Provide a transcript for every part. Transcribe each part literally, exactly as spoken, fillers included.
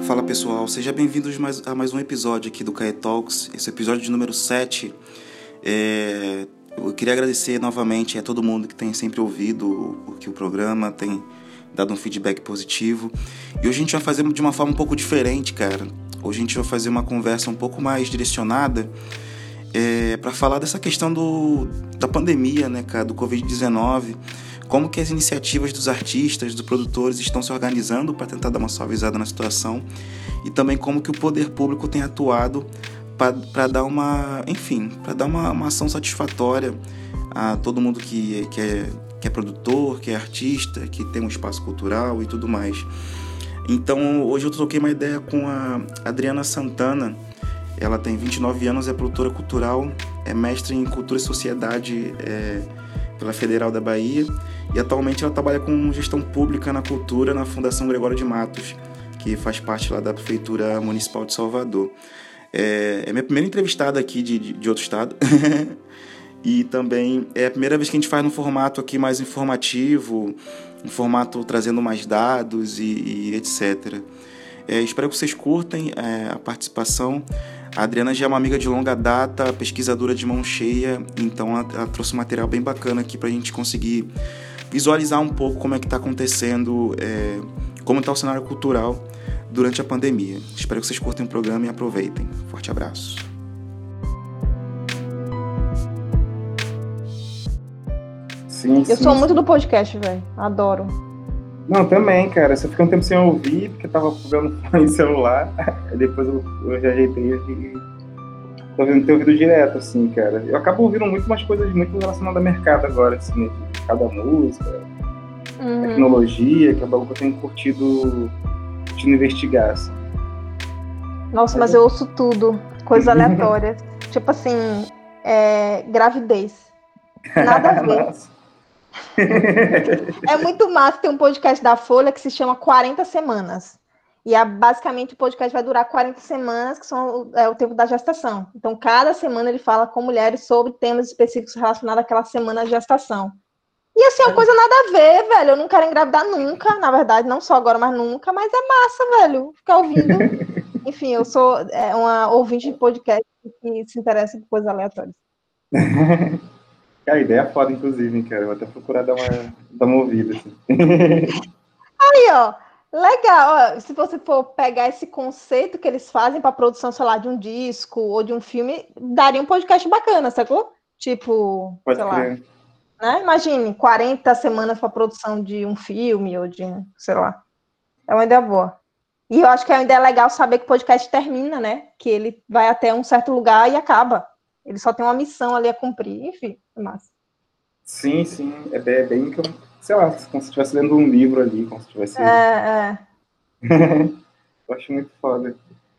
Fala pessoal, sejam bem-vindos mais, a mais um episódio aqui do Caê Talks, esse episódio de número sete. É, eu queria agradecer novamente a todo mundo que tem sempre ouvido o, o que o programa tem dado um feedback positivo. E hoje a gente vai fazer de uma forma um pouco diferente, cara. Hoje a gente vai fazer uma conversa um pouco mais direcionada é, para falar dessa questão do, da pandemia, né, cara, do covid dezenove. Como que as iniciativas dos artistas, dos produtores estão se organizando para tentar dar uma suavizada na situação e também como que o poder público tem atuado para dar uma, enfim, para dar uma, uma ação satisfatória a todo mundo que, que, é, que é produtor, que é artista, que tem um espaço cultural e tudo mais. Então, hoje eu troquei uma ideia com a Adriana Santana. Ela tem vinte e nove anos, é produtora cultural, é mestre em Cultura e Sociedade é, pela Federal da Bahia e atualmente ela trabalha com gestão pública na cultura na Fundação Gregório de Matos, que faz parte lá da Prefeitura Municipal de Salvador. É, é minha primeira entrevistada aqui de, de, de outro estado e também é a primeira vez que a gente faz num formato aqui mais informativo, um formato trazendo mais dados e, e etcétera. É, espero que vocês curtem é, a participação. A Adriana já é uma amiga de longa data, pesquisadora de mão cheia, então ela, ela trouxe um material bem bacana aqui para a gente conseguir visualizar um pouco como é que está acontecendo, é, como está o cenário cultural durante a pandemia. Espero que vocês curtem o programa e aproveitem. Forte abraço. Sim, eu sim, sou sim. muito do podcast, velho. Adoro. Não, também, cara. Você fica um tempo sem ouvir, porque eu tava vendo fone em celular. Aí depois eu, eu já ajeitei e tô vendo teu ouvido direto, assim, cara. Eu acabo ouvindo muito umas coisas muito relacionadas ao mercado agora, assim, né? De cada música, Uhum. tecnologia, que é algo que eu tenho curtido, curtido investigar, assim. Nossa, mas eu ouço tudo. Coisa aleatória. Tipo assim, é, gravidez. Nada a ver. Nossa. É muito massa. Tem um podcast da Folha que se chama quarenta semanas. E é, basicamente o podcast vai durar quarenta semanas, que são é, o tempo da gestação. Então, cada semana ele fala com mulheres sobre temas específicos relacionados àquela semana de gestação. E assim, é uma coisa nada a ver, velho. Eu não quero engravidar nunca, na verdade, não só agora, mas nunca. Mas é massa, velho, ficar ouvindo. Enfim, eu sou é, uma ouvinte de podcast que se interessa por coisas aleatórias. A ideia é foda, inclusive, hein, cara. Vou até procurar dar uma, dar uma ouvida, assim. Aí, ó. Legal. Ó, se você for pegar esse conceito que eles fazem para produção, sei lá, de um disco ou de um filme, daria um podcast bacana, sacou? Tipo, Pode sei crer. lá. Né? Imagine, quarenta semanas para produção de um filme ou de, sei lá. É uma ideia boa. E eu acho que é uma ideia legal saber que o podcast termina, né? Que ele vai até um certo lugar e acaba. Ele só tem uma missão ali a cumprir. Enfim, é massa. Sim, sim. É bem, é bem como, sei lá, como se estivesse lendo um livro ali, como se estivesse... É, é. Eu acho muito foda.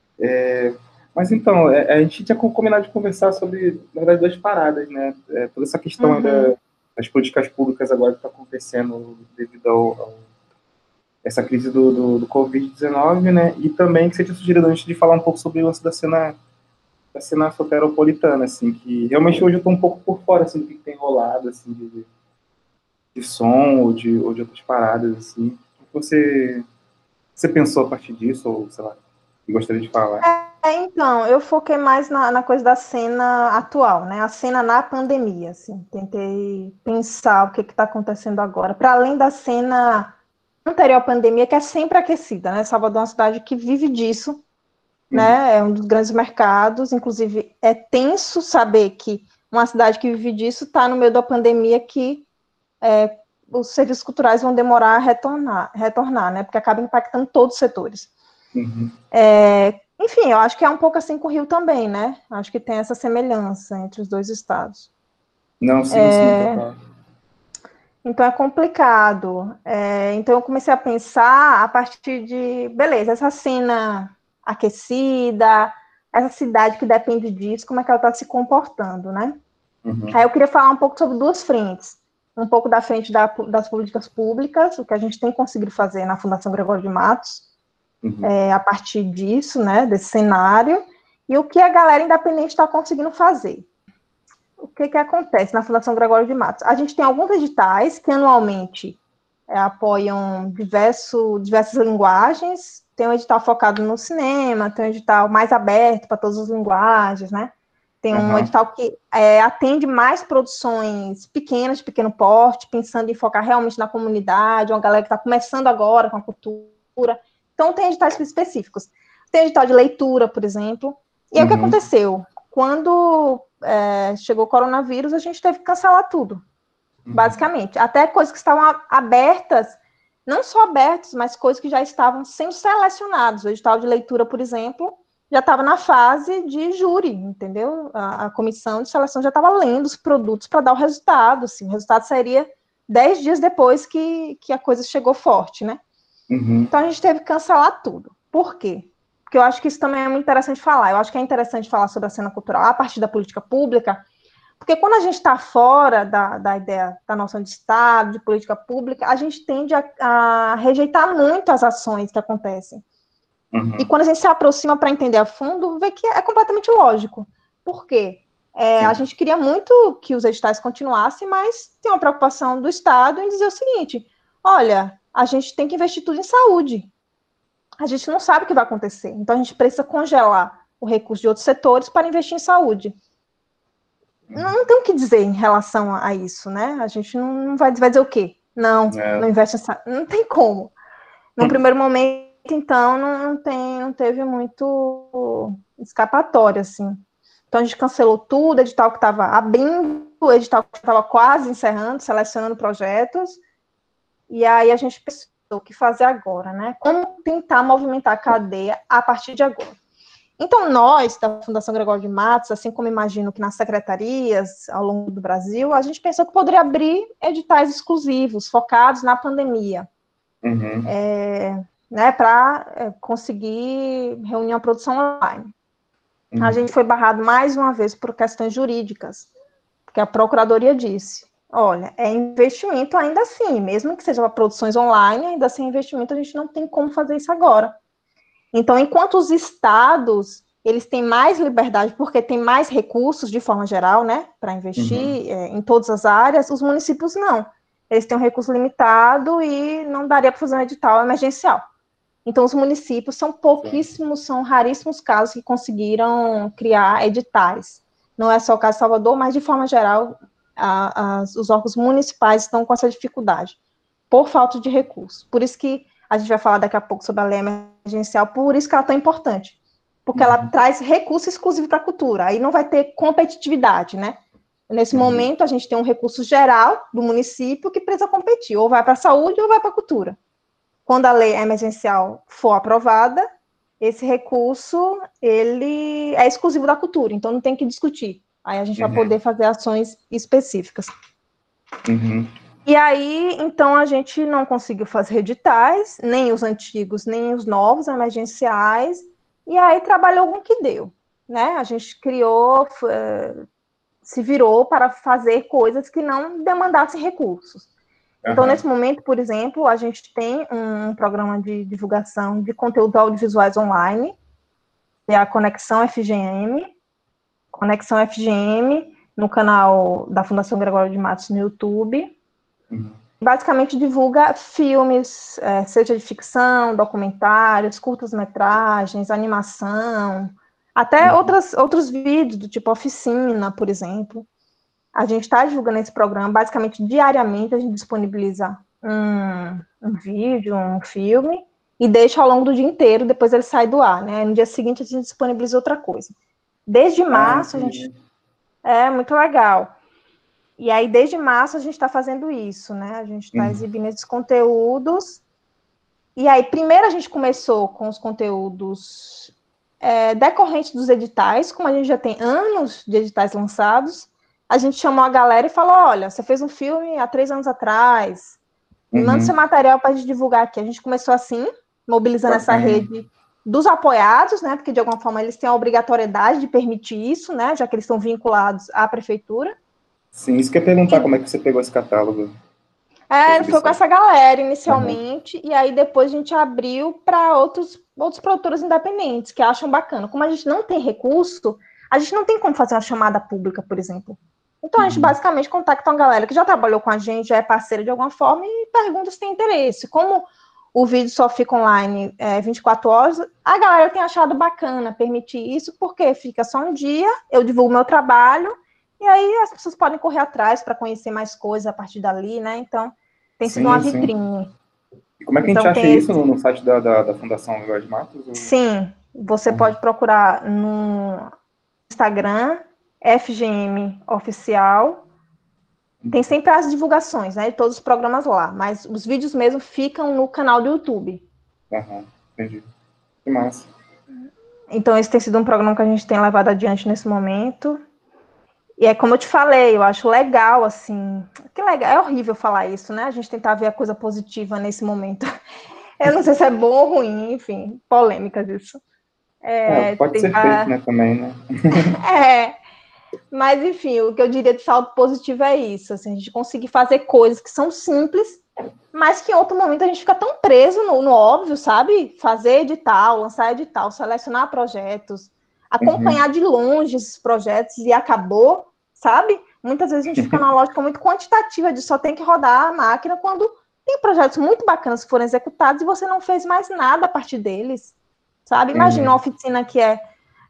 É, mas então, é, a gente tinha combinado de conversar sobre, na verdade, duas paradas, né? É, toda essa questão Uhum. da, das políticas públicas agora que está acontecendo devido ao, ao essa crise do, do, do covid dezenove, né? E também que você tinha sugerido antes de falar um pouco sobre o lance da cena, da cena soteropolitana, assim, que realmente hoje eu estou um pouco por fora, assim, do que tem rolado, assim, de, de som ou de, ou de outras paradas, assim. O que você, você pensou a partir disso, ou, sei lá, que gostaria de falar? É, então, eu foquei mais na, na coisa da cena atual, né? A cena na pandemia, assim. Tentei pensar o que está acontecendo agora. Para além da cena anterior à pandemia, que é sempre aquecida, né? Salvador é uma cidade que vive disso, uhum. né? É um dos grandes mercados. Inclusive, é tenso saber que uma cidade que vive disso está no meio da pandemia que é, os serviços culturais vão demorar a retornar, retornar, né? Porque acaba impactando todos os setores. Uhum. É, enfim, eu acho que é um pouco assim com o Rio também, né? Acho que tem essa semelhança entre os dois estados. Não, sim, é, sim, total. Então é complicado. É, então eu comecei a pensar a partir de, beleza, essa cena aquecida, essa cidade que depende disso, como é que ela está se comportando, né? Uhum. Aí eu queria falar um pouco sobre duas frentes. Um pouco da frente da, das políticas públicas, o que a gente tem conseguido fazer na Fundação Gregório de Matos, uhum. é, a partir disso, né, desse cenário, e o que a galera independente está conseguindo fazer. O que, que acontece na Fundação Gregório de Matos? A gente tem alguns editais que anualmente é, apoiam diverso, diversas linguagens, tem um edital focado no cinema, tem um edital mais aberto para todas as linguagens, né? Tem um uhum. edital que é, atende mais produções pequenas, de pequeno porte, pensando em focar realmente na comunidade, uma galera que está começando agora com a cultura. Então, tem editais específicos. Tem edital de leitura, por exemplo. E aí, uhum. o que aconteceu? Quando é, chegou o coronavírus, a gente teve que cancelar tudo, uhum. basicamente. Até coisas que estavam abertas, não só abertas, mas coisas que já estavam sendo selecionadas. O edital de leitura, por exemplo, já estava na fase de júri, entendeu? A, a comissão de seleção já estava lendo os produtos para dar o resultado. Assim, o resultado sairia dez dias depois que, que a coisa chegou forte, né? Uhum. Então, a gente teve que cancelar tudo. Por quê? Porque eu acho que isso também é muito interessante falar. Eu acho que é interessante falar sobre a cena cultural a partir da política pública, porque quando a gente está fora da, da ideia, da noção de Estado, de política pública, a gente tende a, a rejeitar muito as ações que acontecem. Uhum. E quando a gente se aproxima para entender a fundo, vê que é completamente lógico. Por quê? É, a gente queria muito que os editais continuassem, mas tem uma preocupação do Estado em dizer o seguinte, olha, a gente tem que investir tudo em saúde. A gente não sabe o que vai acontecer. Então, a gente precisa congelar o recurso de outros setores para investir em saúde. Uhum. Não, não tem o que dizer em relação a, a isso, né? A gente não, não vai, vai dizer o quê? Não, é. não investe em saúde. Não tem como. No primeiro momento, então, não, não, tem, não teve muito escapatória, assim. Então, a gente cancelou tudo, edital que estava abrindo, edital que estava quase encerrando, selecionando projetos, e aí a gente pensou o que fazer agora, né? Como tentar movimentar a cadeia a partir de agora. Então, nós, da Fundação Gregório de Matos, assim como imagino que nas secretarias ao longo do Brasil, a gente pensou que poderia abrir editais exclusivos, focados na pandemia. Uhum. É, né, para é, conseguir reunir uma produção online. Uhum. A gente foi barrado mais uma vez por questões jurídicas, porque a Procuradoria disse, olha, é investimento ainda assim, mesmo que seja para produções online, ainda sem investimento a gente não tem como fazer isso agora. Então, enquanto os estados, eles têm mais liberdade, porque tem mais recursos de forma geral, né, para investir uhum. é, em todas as áreas, os municípios não. Eles têm um recurso limitado e não daria para fazer um edital emergencial. Então, os municípios são pouquíssimos, são raríssimos casos que conseguiram criar editais. Não é só o caso de Salvador, mas, de forma geral, a, a, os órgãos municipais estão com essa dificuldade, por falta de recursos. Por isso que a gente vai falar daqui a pouco sobre a lei emergencial, por isso que ela é tão importante. Porque uhum. ela traz recurso exclusivo para a cultura, aí não vai ter competitividade, né? Nesse uhum. momento, a gente tem um recurso geral do município que precisa competir, ou vai para a saúde ou vai para a cultura. Quando a lei emergencial for aprovada, esse recurso, ele é exclusivo da cultura, então não tem que discutir. Aí a gente uhum. vai poder fazer ações específicas. Uhum. E aí, então, a gente não conseguiu fazer editais, nem os antigos, nem os novos emergenciais, e aí trabalhou com o que deu, né? A gente criou... Uh, se virou para fazer coisas que não demandassem recursos. Uhum. Então, nesse momento, por exemplo, a gente tem um programa de divulgação de conteúdos audiovisuais online, que é a Conexão F G M, Conexão F G M, no canal da Fundação Gregório de Matos no YouTube. Uhum. Basicamente divulga filmes, é, seja de ficção, documentários, curtas-metragens, animação, até uhum. outras, outros vídeos, do tipo oficina, por exemplo. A gente está divulgando esse programa, basicamente, diariamente, a gente disponibiliza um, um vídeo, um filme, e deixa ao longo do dia inteiro, depois ele sai do ar, né? No dia seguinte, a gente disponibiliza outra coisa. Desde março, ah, a gente... É muito legal. E aí, desde março, a gente está fazendo isso, né? A gente está uhum. exibindo esses conteúdos. E aí, primeiro a gente começou com os conteúdos... É, decorrente dos editais, como a gente já tem anos de editais lançados, a gente chamou a galera e falou, olha, você fez um filme há três anos atrás, me uhum. manda seu material para a gente divulgar aqui. A gente começou assim, mobilizando essa rede dos apoiados, né, porque de alguma forma eles têm a obrigatoriedade de permitir isso, né, já que eles estão vinculados à prefeitura. Sim, isso que eu ia perguntar, e... como é que você pegou esse catálogo? É, foi com essa galera inicialmente, uhum. e aí depois a gente abriu para outros, outros produtores independentes que acham bacana. Como a gente não tem recurso, a gente não tem como fazer uma chamada pública, por exemplo. Então a gente uhum. basicamente contacta uma galera que já trabalhou com a gente, já é parceira de alguma forma e pergunta se tem interesse. Como o vídeo só fica online é, vinte e quatro horas, a galera tem achado bacana permitir isso, porque fica só um dia, eu divulgo meu trabalho, e aí as pessoas podem correr atrás para conhecer mais coisas a partir dali, né? Então, tem sido uma Sim, sim. vitrine. E como é que a gente Então, acha tem isso esse... no, no site da, da, da Fundação Jorge Matos? Ou... Sim, você Uhum. pode procurar no Instagram, F G M Oficial. Tem sempre as divulgações, né, de todos os programas lá, mas os vídeos mesmo ficam no canal do YouTube. Uhum. Entendi. Que massa. Então, esse tem sido um programa que a gente tem levado adiante nesse momento. E é como eu te falei, eu acho legal, assim... Que legal, é horrível falar isso, né? A gente tentar ver a coisa positiva nesse momento. Eu não sei se é bom ou ruim, enfim, polêmicas isso. É, É, pode ser feito, tentar... né, também, né? É, mas enfim, o que eu diria de saldo positivo é isso, assim, a gente conseguir fazer coisas que são simples, mas que em outro momento a gente fica tão preso no, no óbvio, sabe? Fazer edital, lançar edital, selecionar projetos, acompanhar Uhum. de longe esses projetos e acabou, sabe? Muitas vezes a gente fica numa lógica muito quantitativa de só tem que rodar a máquina quando tem projetos muito bacanas que foram executados e você não fez mais nada a partir deles, sabe? Imagina uma Uhum. oficina que é,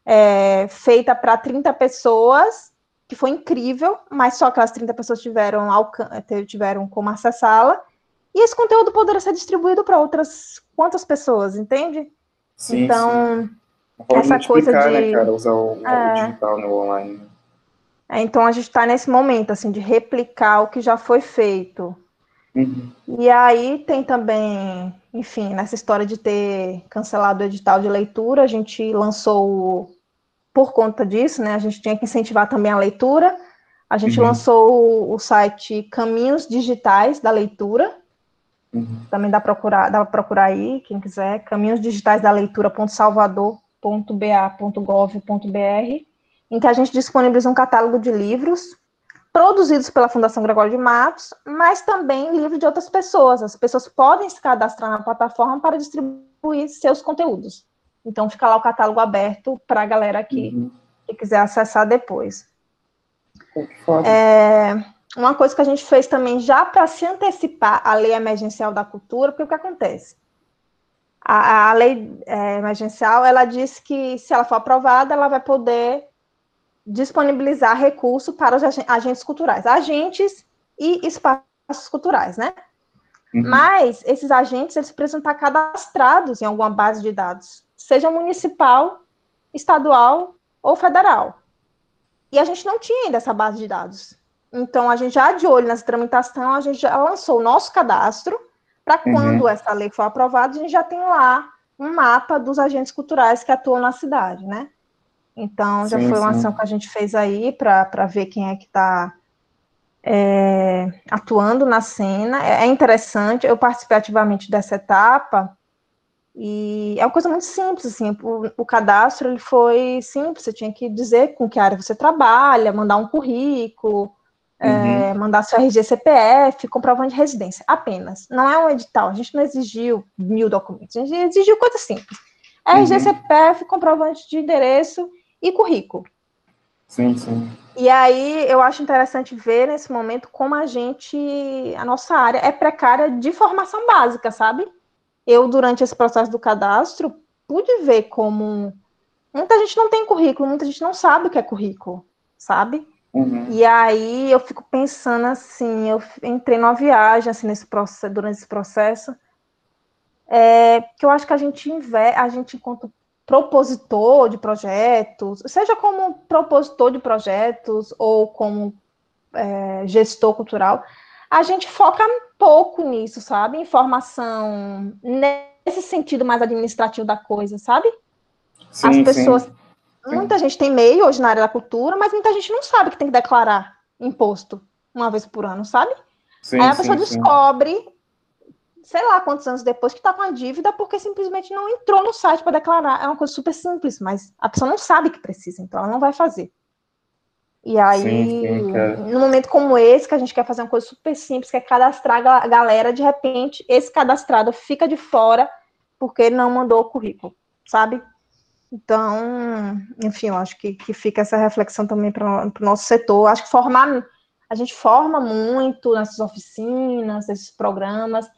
é feita para trinta pessoas, que foi incrível, mas só aquelas trinta pessoas tiveram, tiveram como acessá-la, e esse conteúdo poderia ser distribuído para outras quantas pessoas, entende? Sim, sim. Então, Uma forma de essa coisa multiplicar, né, de... cara? Usar o, o É, digital, né, o online. é, então, a gente está nesse momento, assim, de replicar o que já foi feito. Uhum. E aí tem também, enfim, nessa história de ter cancelado o edital de leitura, a gente lançou, por conta disso, né, a gente tinha que incentivar também a leitura, a gente Uhum. lançou o, o site Caminhos Digitais da Leitura, Uhum. também dá para procurar, dá para procurar aí, quem quiser, caminhos digitais da leitura ponto salvador ponto b a ponto gov ponto b r, em que a gente disponibiliza um catálogo de livros produzidos pela Fundação Gregório de Matos, mas também livros de outras pessoas. As pessoas podem se cadastrar na plataforma para distribuir seus conteúdos. Então, fica lá o catálogo aberto para a galera que, Uhum. que quiser acessar depois. Pô, que foda. É, uma coisa que a gente fez também já para se antecipar à lei emergencial da cultura, porque o que acontece? A, a lei é, emergencial, ela diz que se ela for aprovada, ela vai poder disponibilizar recurso para os agentes culturais, agentes e espaços culturais, né? Uhum. Mas esses agentes, eles precisam estar cadastrados em alguma base de dados, seja municipal, estadual ou federal. E a gente não tinha ainda essa base de dados. Então, a gente já de olho nessa tramitação, a gente já lançou o nosso cadastro, para quando Uhum. essa lei for aprovada, a gente já tem lá um mapa dos agentes culturais que atuam na cidade, né? Então, já Sim, foi uma sim. ação que a gente fez aí para ver quem é que está é, atuando na cena. É interessante, eu participei ativamente dessa etapa, e é uma coisa muito simples, assim, o, o cadastro ele foi simples, você tinha que dizer com que área você trabalha, mandar um currículo, Uhum. é, mandar seu R G C P F, comprovante de residência, apenas. Não é um edital, a gente não exigiu mil documentos, a gente exigiu coisas simples. R G C P F, comprovante de endereço e currículo. Sim, sim. E aí eu acho interessante ver nesse momento como a gente, a nossa área é precária de formação básica, sabe? Eu, durante esse processo do cadastro, pude ver como muita gente não tem currículo, muita gente não sabe o que é currículo, sabe? Uhum. E aí eu fico pensando assim, eu entrei numa viagem assim, nesse processo, durante esse processo, é, que eu acho que a gente, a gente enquanto propositor de projetos, seja como propositor de projetos ou como é, gestor cultural, a gente foca pouco nisso, sabe? Informação nesse sentido mais administrativo da coisa, sabe? As Sim, pessoas, sim. muita Sim. gente tem MEI hoje na área da cultura, mas muita gente não sabe que tem que declarar imposto uma vez por ano, sabe? Aí Sim, a pessoa sim, sim. descobre, sei lá quantos anos depois, que está com a dívida porque simplesmente não entrou no site para declarar. É uma coisa super simples, mas a pessoa não sabe que precisa, então ela não vai fazer. E Sim, aí, sim, cara. num momento como esse, que a gente quer fazer uma coisa super simples, que é cadastrar a galera, de repente, esse cadastrado fica de fora porque ele não mandou o currículo, sabe? Então, enfim, eu acho que, que fica essa reflexão também para o nosso setor. Acho que formar, a gente forma muito nessas oficinas, nesses programas,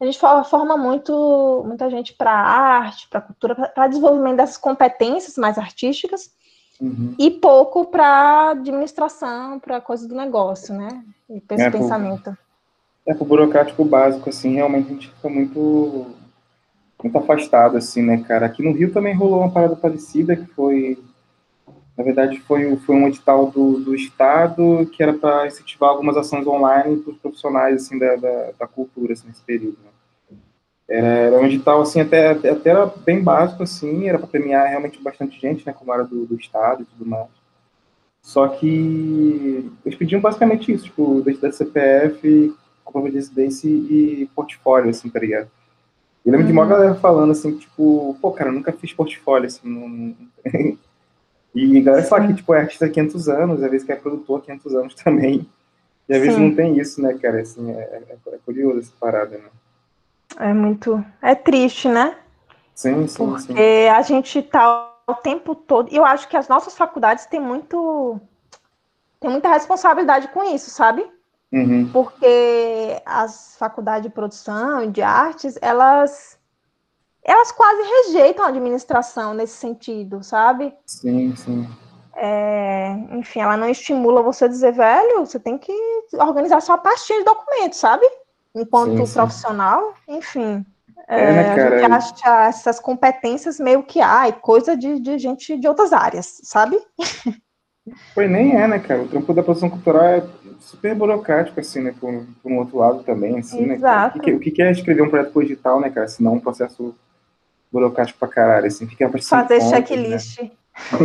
a gente forma muito, muita gente para arte, para cultura, para desenvolvimento dessas competências mais artísticas, uhum. e pouco para administração, para coisa do negócio, né? E esse é, pensamento. Pro, é, pro burocrático básico, assim, realmente a gente fica muito, muito afastado, assim, né, cara? Aqui no Rio também rolou uma parada parecida, que foi, na verdade, foi, foi um edital do, do Estado, que era para incentivar algumas ações online para os profissionais, assim, da, da, da cultura, assim, nesse período, né? Era, era um edital, assim, até, até, até era bem básico, assim, era para premiar realmente bastante gente, né, como era do, do Estado e tudo mais. Só que eles pediam basicamente isso, tipo, identidade C P F, comprovante de residência e portfólio, assim, tá ligado? Eu lembro uhum. de uma galera falando, assim, tipo, pô, cara, eu nunca fiz portfólio, assim, não... E a galera fala que, tipo, é artista há quinhentos anos, às vezes que é produtor há quinhentos anos também, e às vezes não tem isso, né, cara, assim, é, é, é curioso essa parada, né? É muito... É triste, né? Sim, sim, Porque sim. Porque a gente tá o tempo todo... Eu acho que as nossas faculdades têm muito... Tem muita responsabilidade com isso, sabe? Uhum. Porque as faculdades de produção e de artes, elas... Elas quase rejeitam a administração nesse sentido, sabe? Sim, sim. É, enfim, ela não estimula você a dizer, velho, você tem que organizar sua pastinha de documentos, sabe? Enquanto sim, sim. profissional, enfim. É, É, né, cara? a gente acha essas competências meio que, ai, coisa de, de gente de outras áreas, sabe? Pois nem é, né, cara? O trampo da produção cultural é super burocrático, assim, né? Por, por um outro lado também, assim, Exato. né, cara? O que, que, o que é escrever um projeto digital, né, cara? Se não um processo burocrático pra caralho, assim. Fica pra Fazer contas, checklist. Né?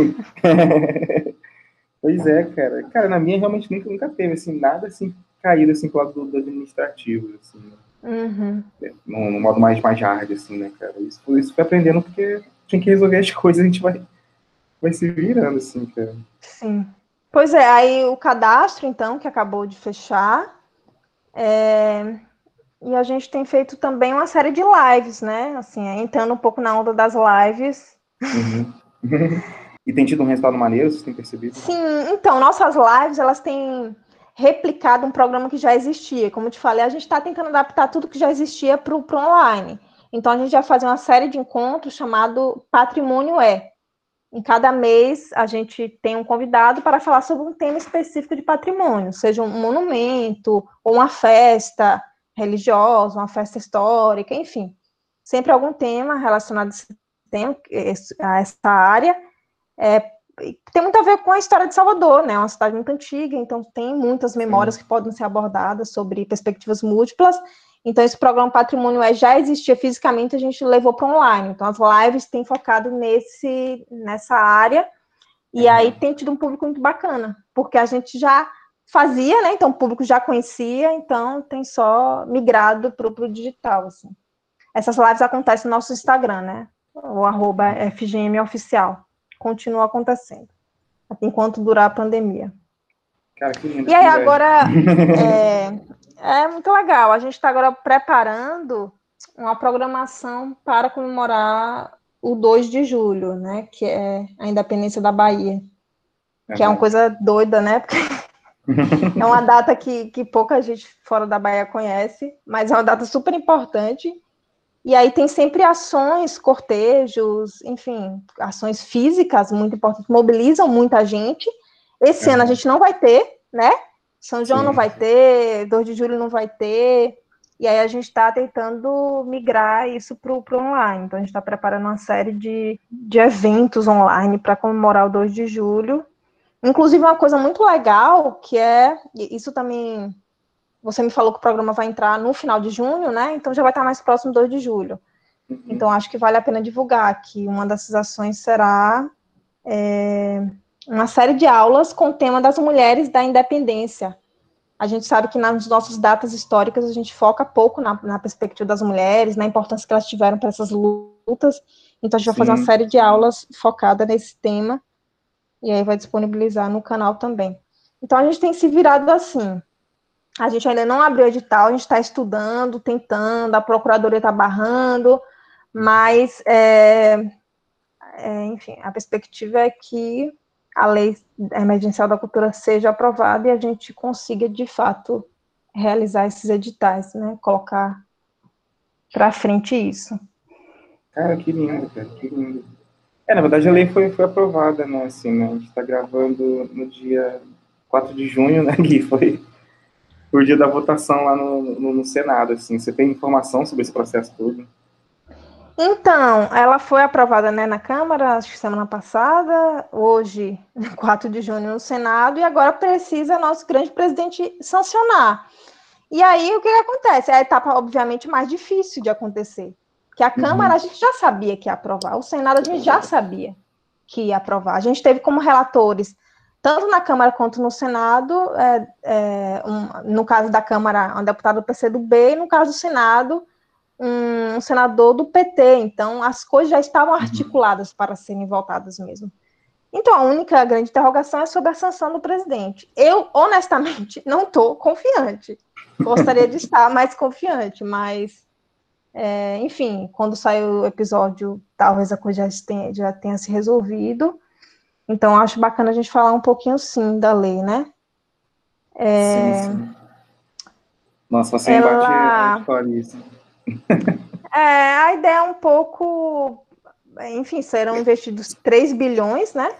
Pois é, cara. Cara, na minha realmente nunca, nunca teve, assim, nada, assim, caído, assim, pro lado do, do administrativo, assim, né? Uhum. No, no modo mais, mais hard, assim, né, cara? Isso, isso foi aprendendo porque tinha que resolver as coisas, a gente vai, vai se virando, assim, cara. Sim. Pois é, aí o cadastro, então, que acabou de fechar, é... e a gente tem feito também uma série de lives, né? Assim, entrando um pouco na onda das lives. Uhum. E tem tido um resultado maneiro, vocês têm percebido? Sim, então, nossas lives, elas têm replicado um programa que já existia. Como eu te falei, a gente está tentando adaptar tudo que já existia para o online. Então, a gente vai fazer uma série de encontros chamado Patrimônio É. Em cada mês, a gente tem um convidado para falar sobre um tema específico de patrimônio, seja um monumento, ou uma festa religiosa, uma festa histórica, enfim. Sempre algum tema relacionado a esse tema, a essa área. É, tem muito a ver com a história de Salvador, né? É uma cidade muito antiga, então tem muitas memórias Sim. que podem ser abordadas sobre perspectivas múltiplas. Então, esse programa Patrimônio é, já existia fisicamente, a gente levou para online. Então, as lives têm focado nesse, nessa área, e uhum. aí tem tido um público muito bacana, porque a gente já fazia, né? Então, o público já conhecia, então tem só migrado para o digital, assim. Essas lives acontecem no nosso Instagram, né? O arroba F G M oficial. Continua acontecendo, enquanto durar a pandemia. Cara, que lindo. E aí, agora, é, é muito legal. A gente está agora preparando uma programação para comemorar o dois de julho, né? Que é a independência da Bahia. Uhum. Que é uma coisa doida, né? Porque é uma data que, que pouca gente fora da Bahia conhece, mas é uma data super importante. E aí tem sempre ações, cortejos, enfim, ações físicas muito importantes, mobilizam muita gente. Esse uhum. ano a gente não vai ter, né? São João sim, não vai sim. ter, dois de julho não vai ter, e aí a gente está tentando migrar isso para o online. Então a gente está preparando uma série de, de eventos online para comemorar o dois de julho. Inclusive uma coisa muito legal, que é, isso também... Você me falou que o programa vai entrar no final de junho, né? Então já vai estar mais próximo do dois de julho. Uhum. Então acho que vale a pena divulgar que uma dessas ações será é, uma série de aulas com o tema das mulheres da independência. A gente sabe que nas nossas datas históricas a gente foca pouco na, na perspectiva das mulheres, na importância que elas tiveram para essas lutas. Então a gente Sim. vai fazer uma série de aulas focada nesse tema e aí vai disponibilizar no canal também. Então a gente tem se virado assim. A gente ainda não abriu edital, a gente está estudando, tentando, a procuradoria está barrando, mas, é, é, enfim, a perspectiva é que a lei emergencial da cultura seja aprovada e a gente consiga, de fato, realizar esses editais, né? Colocar para frente isso. Cara, que lindo, cara, que lindo. É, na verdade a lei foi, foi aprovada, né, assim, né, a gente está gravando no dia quatro de junho, né, que foi o dia da votação lá no, no, no Senado, assim. Você tem informação sobre esse processo todo? Então, ela foi aprovada, né, na Câmara, acho que semana passada, hoje, quatro de junho, no Senado, e agora precisa nosso grande presidente sancionar. E aí, o que, que acontece? É a etapa, obviamente, mais difícil de acontecer. Que a Câmara, Uhum. a gente já sabia que ia aprovar, o Senado, a gente já sabia que ia aprovar. A gente teve como relatores, tanto na Câmara quanto no Senado, é, é, um, no caso da Câmara, um deputado do P C do B, e no caso do Senado, um, um senador do P T. Então, as coisas já estavam articuladas para serem votadas mesmo. Então, a única grande interrogação é sobre a sanção do presidente. Eu, honestamente, não estou confiante. Gostaria de estar mais confiante, mas, é, enfim, quando sair o episódio, talvez a coisa já tenha, já tenha se resolvido. Então, acho bacana a gente falar um pouquinho, sim, da lei, né? É... Sim, sim. Nossa, você embate Ela... isso. É, a ideia é um pouco... Enfim, serão investidos três bilhões, né?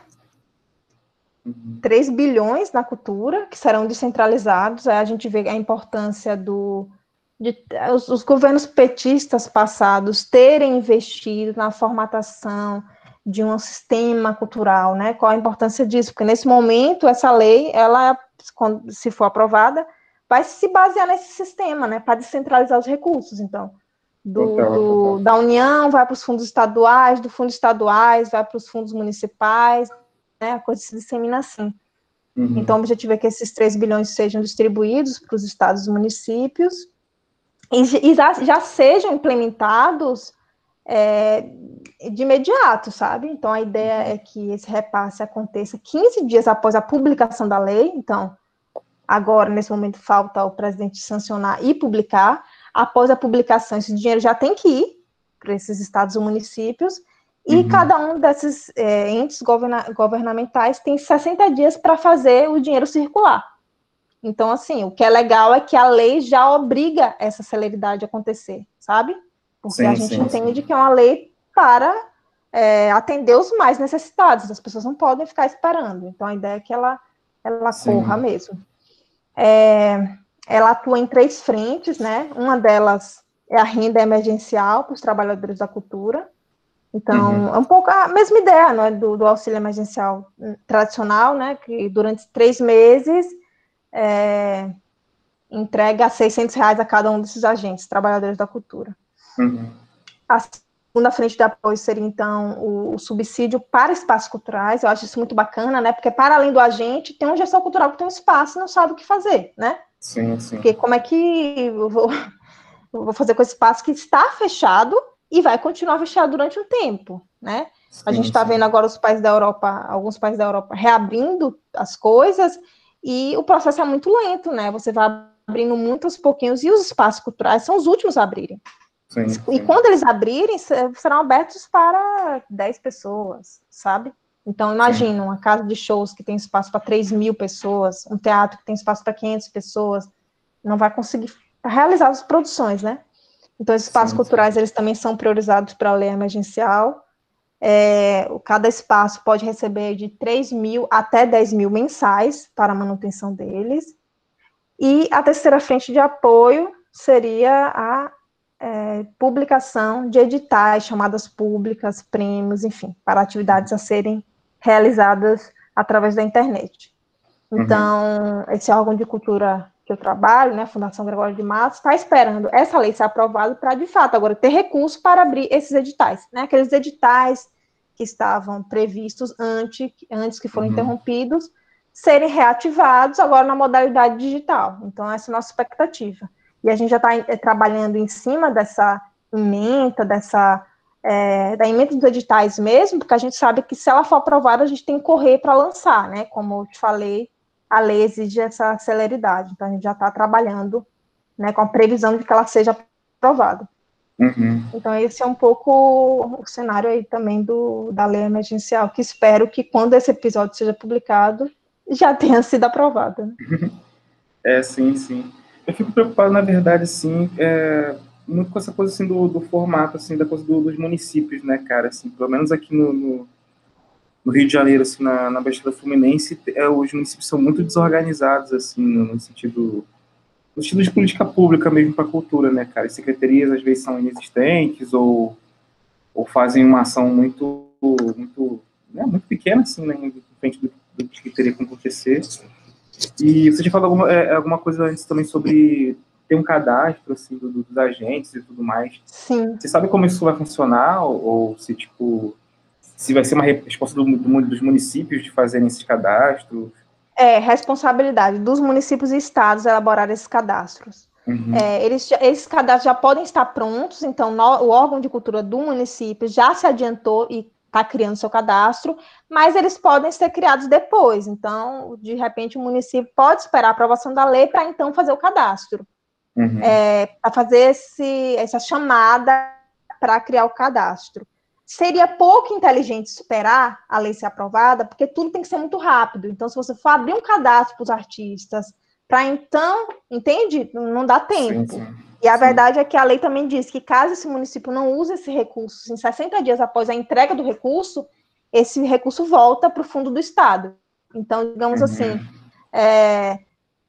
Uhum. três bilhões na cultura, que serão descentralizados. Aí a gente vê a importância do... de os, os governos petistas passados terem investido na formatação de um sistema cultural, né? Qual a importância disso? Porque nesse momento essa lei, ela, quando, se for aprovada, vai se basear nesse sistema, né? Para descentralizar os recursos. Então, do, Total, do, total. da União vai para os fundos estaduais, do fundo estaduais vai para os fundos municipais, né? A coisa se dissemina assim. Uhum. Então, o objetivo é que esses três bilhões sejam distribuídos para os estados e municípios e, e já, já sejam implementados é, de imediato, sabe? Então, a ideia uhum. é que esse repasse aconteça quinze dias após a publicação da lei. Então, agora, nesse momento, falta o presidente sancionar e publicar. Após a publicação, esse dinheiro já tem que ir para esses estados e municípios, e uhum. cada um desses é, entes governa governamentais tem sessenta dias para fazer o dinheiro circular. Então, assim, o que é legal é que a lei já obriga essa celeridade a acontecer, sabe? Porque sim, a gente sim, entende sim. que é uma lei para é, atender os mais necessitados, as pessoas não podem ficar esperando. Então, a ideia é que ela, ela corra mesmo. É, ela atua em três frentes, né? Uma delas é a renda emergencial para os trabalhadores da cultura. Então, uhum. é um pouco a mesma ideia, né, do, do auxílio emergencial tradicional, né? Que durante três meses é, entrega seiscentos reais a cada um desses agentes, trabalhadores da cultura. Uhum. A segunda frente de apoio seria, então, o, o subsídio para espaços culturais. Eu acho isso muito bacana, né? Porque, para além do agente, tem uma gestão cultural que tem um espaço e não sabe o que fazer, né? Sim, sim. Porque como é que eu vou, eu vou fazer com esse espaço que está fechado e vai continuar fechado durante um tempo, né? Sim, a gente está vendo agora os países da Europa, alguns países da Europa reabrindo as coisas, e o processo é muito lento, né? Você vai abrindo muito aos pouquinhos, e os espaços culturais são os últimos a abrirem. Sim, e sim. quando eles abrirem, serão abertos para dez pessoas, sabe? Então, imagina, uma casa de shows que tem espaço para três mil pessoas, um teatro que tem espaço para quinhentas pessoas, não vai conseguir realizar as produções, né? Então, esses espaços sim, culturais, sim. eles também são priorizados para a lei emergencial. É, cada espaço pode receber de três mil até dez mil mensais para a manutenção deles. E a terceira frente de apoio seria a é, publicação de editais, chamadas públicas, prêmios, enfim, para atividades a serem realizadas através da internet. Então, uhum. esse órgão de cultura que eu trabalho, né, a Fundação Gregório de Matos, está esperando essa lei ser aprovada para, de fato, agora ter recurso para abrir esses editais, né, aqueles editais que estavam previstos antes, antes que foram uhum. interrompidos, serem reativados agora na modalidade digital. Então, essa é a nossa expectativa. E a gente já está é, trabalhando em cima dessa ementa, dessa, é, da ementa dos editais mesmo, porque a gente sabe que se ela for aprovada, a gente tem que correr para lançar, né, como eu te falei, a lei exige essa celeridade, então a gente já está trabalhando, né, com a previsão de que ela seja aprovada. Uhum. Então esse é um pouco o cenário aí também do, da lei emergencial, que espero que quando esse episódio seja publicado, já tenha sido aprovado. Né? É, sim, sim. Eu fico preocupado, na verdade, sim, é, muito com essa coisa, assim, do, do formato, assim, da coisa do, dos municípios, né, cara, assim, pelo menos aqui no, no, no Rio de Janeiro, assim, na, na Baixada Fluminense, é, os municípios são muito desorganizados, assim, no, no sentido, no sentido de política pública mesmo para a cultura, né, cara, as secretarias às vezes são inexistentes, ou, ou fazem uma ação muito, muito, né, muito pequena, assim, né, em frente do, do que teria que acontecer. E você tinha falado alguma, é, alguma coisa antes também sobre ter um cadastro, assim, do, dos agentes e tudo mais. Sim. Você sabe como isso vai funcionar? Ou, ou se, tipo, se vai ser uma resposta do, do, dos municípios de fazerem esses cadastros? É responsabilidade dos municípios e estados elaborar esses cadastros. Uhum. É, eles, esses cadastros já podem estar prontos, então no, o órgão de cultura do município já se adiantou e está criando seu cadastro, mas eles podem ser criados depois. Então, de repente, o município pode esperar a aprovação da lei para então fazer o cadastro. Uhum. É, para fazer esse, essa chamada para criar o cadastro. Seria pouco inteligente esperar a lei ser aprovada, porque tudo tem que ser muito rápido. Então, se você for abrir um cadastro para os artistas, para então, entende? Não dá tempo. Sim, sim. E a Sim. verdade é que a lei também diz que caso esse município não use esse recurso, em sessenta dias após a entrega do recurso, esse recurso volta para o fundo do Estado. Então, digamos Uhum. assim, é,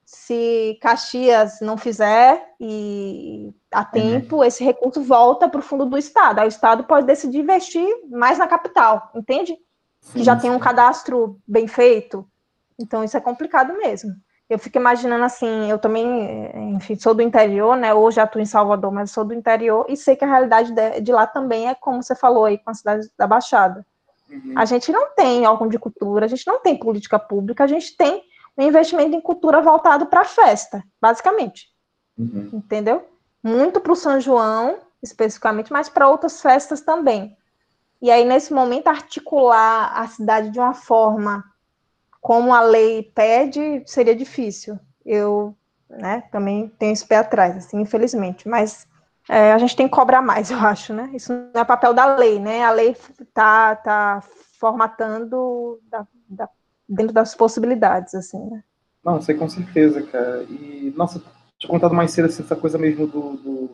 se Caxias não fizer e a tempo, Uhum. esse recurso volta para o fundo do Estado. Aí o Estado pode decidir investir mais na capital, entende? Sim, Que já tem um sim. cadastro bem feito. Então, isso é complicado mesmo. Eu fico imaginando assim, eu também, enfim, sou do interior, né? Hoje atuo em Salvador, mas sou do interior e sei que a realidade de, de lá também é como você falou aí com a cidade da Baixada. Uhum. A gente não tem órgão de cultura, a gente não tem política pública, a gente tem um investimento em cultura voltado para a festa, basicamente. Uhum. Entendeu? Muito para o São João, especificamente, mas para outras festas também. E aí, nesse momento, articular a cidade de uma forma como a lei pede, seria difícil. Eu, né, também tenho esse pé atrás, assim, infelizmente. Mas é, a gente tem que cobrar mais, eu acho, né? Isso não é papel da lei, né? A lei tá, tá formatando da, da, dentro das possibilidades, assim, né? Não, sei com certeza, cara. E, nossa, tinha contado mais cedo assim, essa coisa mesmo do, do,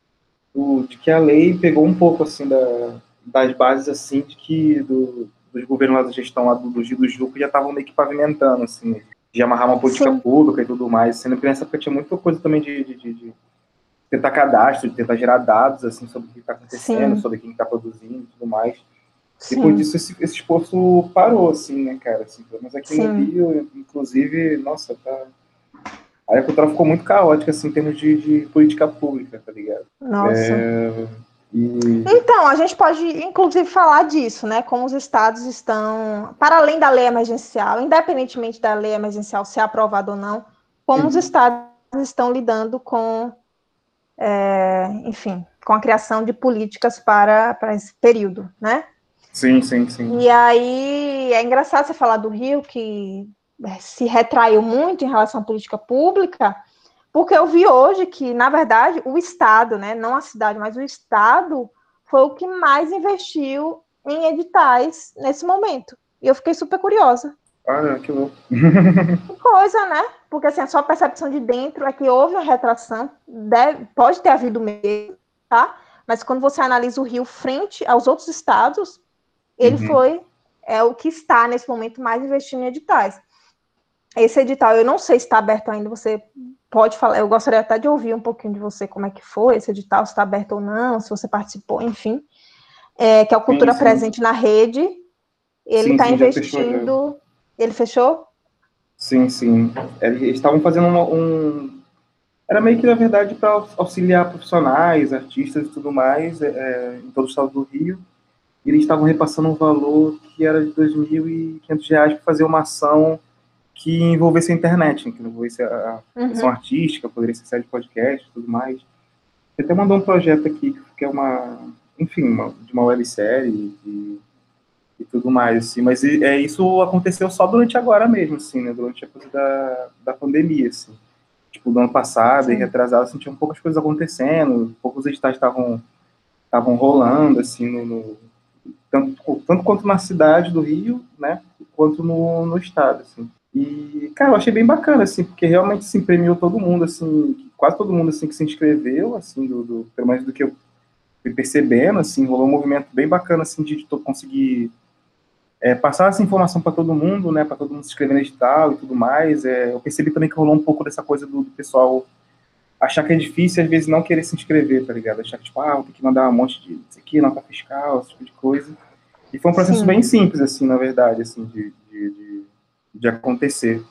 do, de que a lei pegou um pouco, assim, da, das bases, assim, de que do, dos governos lá da gestão lá do, do Gil do Juco já estavam meio que pavimentando, assim, de amarrar uma política Sim. pública e tudo mais. Sendo que nessa época tinha muita coisa também de, de, de, de tentar cadastro, de tentar gerar dados, assim, sobre o que está acontecendo, Sim. sobre quem está produzindo e tudo mais. Sim. Depois disso, esse, esse esforço parou, assim, né, cara? Assim, mas aqui Sim. no Rio, inclusive, nossa, tá... A cultura ficou muito caótica, assim, em termos de, de política pública, tá ligado? Nossa. É... E... Então, a gente pode, inclusive, falar disso, né? Como os estados estão, para além da lei emergencial, independentemente da lei emergencial ser aprovada ou não, como Uhum. os estados estão lidando com, é, enfim, com a criação de políticas para, para esse período, né? Sim, sim, sim. E aí, é engraçado você falar do Rio, que se retraiu muito em relação à política pública, porque eu vi hoje que, na verdade, o Estado, né, não a cidade, mas o Estado foi o que mais investiu em editais nesse momento. E eu fiquei super curiosa. Ah, que louco. Que coisa, né? Porque assim, a sua percepção de dentro é que houve uma retração, deve, pode ter havido mesmo, tá? Mas quando você analisa o Rio frente aos outros estados, ele Uhum. foi é, o que está, nesse momento, mais investindo em editais. Esse edital, eu não sei se está aberto ainda, você pode falar, eu gostaria até de ouvir um pouquinho de você, como é que foi esse edital, se está aberto ou não, se você participou, enfim, é, que é o Cultura Sim, sim. Presente na Rede, ele Sim, está sim, já fechou, já. investindo, ele fechou? Sim, sim. Eles estavam fazendo uma, um... Era meio que, na verdade, para auxiliar profissionais, artistas e tudo mais, é, em todo o estado do Rio. E eles estavam repassando um valor que era de dois mil e quinhentos reais para fazer uma ação que envolvesse a internet, que envolvesse a questão Uhum. artística, poderia ser série de podcast e tudo mais. Ele até mandou um projeto aqui, que é uma, enfim, uma, de uma websérie e, e tudo mais, assim, mas é, isso aconteceu só durante agora mesmo, assim, né, durante a coisa da, da pandemia, assim. Tipo, do ano passado Sim. e retrasado, assim, tinham poucas coisas acontecendo, poucos editais estavam estavam rolando, assim, no, no, tanto, tanto quanto na cidade do Rio, né, quanto no, no estado, assim. E, cara, eu achei bem bacana, assim, porque realmente se premiou todo mundo, assim, quase todo mundo, assim, que se inscreveu, assim, do, do, pelo menos do que eu fui percebendo, assim, rolou um movimento bem bacana, assim, de, de conseguir é, passar essa informação para todo mundo, né, para todo mundo se inscrever no edital e tudo mais. É, eu percebi também que rolou um pouco dessa coisa do, do pessoal achar que é difícil e às vezes não querer se inscrever, tá ligado? Achar que, tipo, ah, vou ter que mandar um monte de isso aqui, nota fiscal, esse tipo de coisa. E foi um processo Sim. bem simples, assim, na verdade, assim, de, de, de, de acontecer.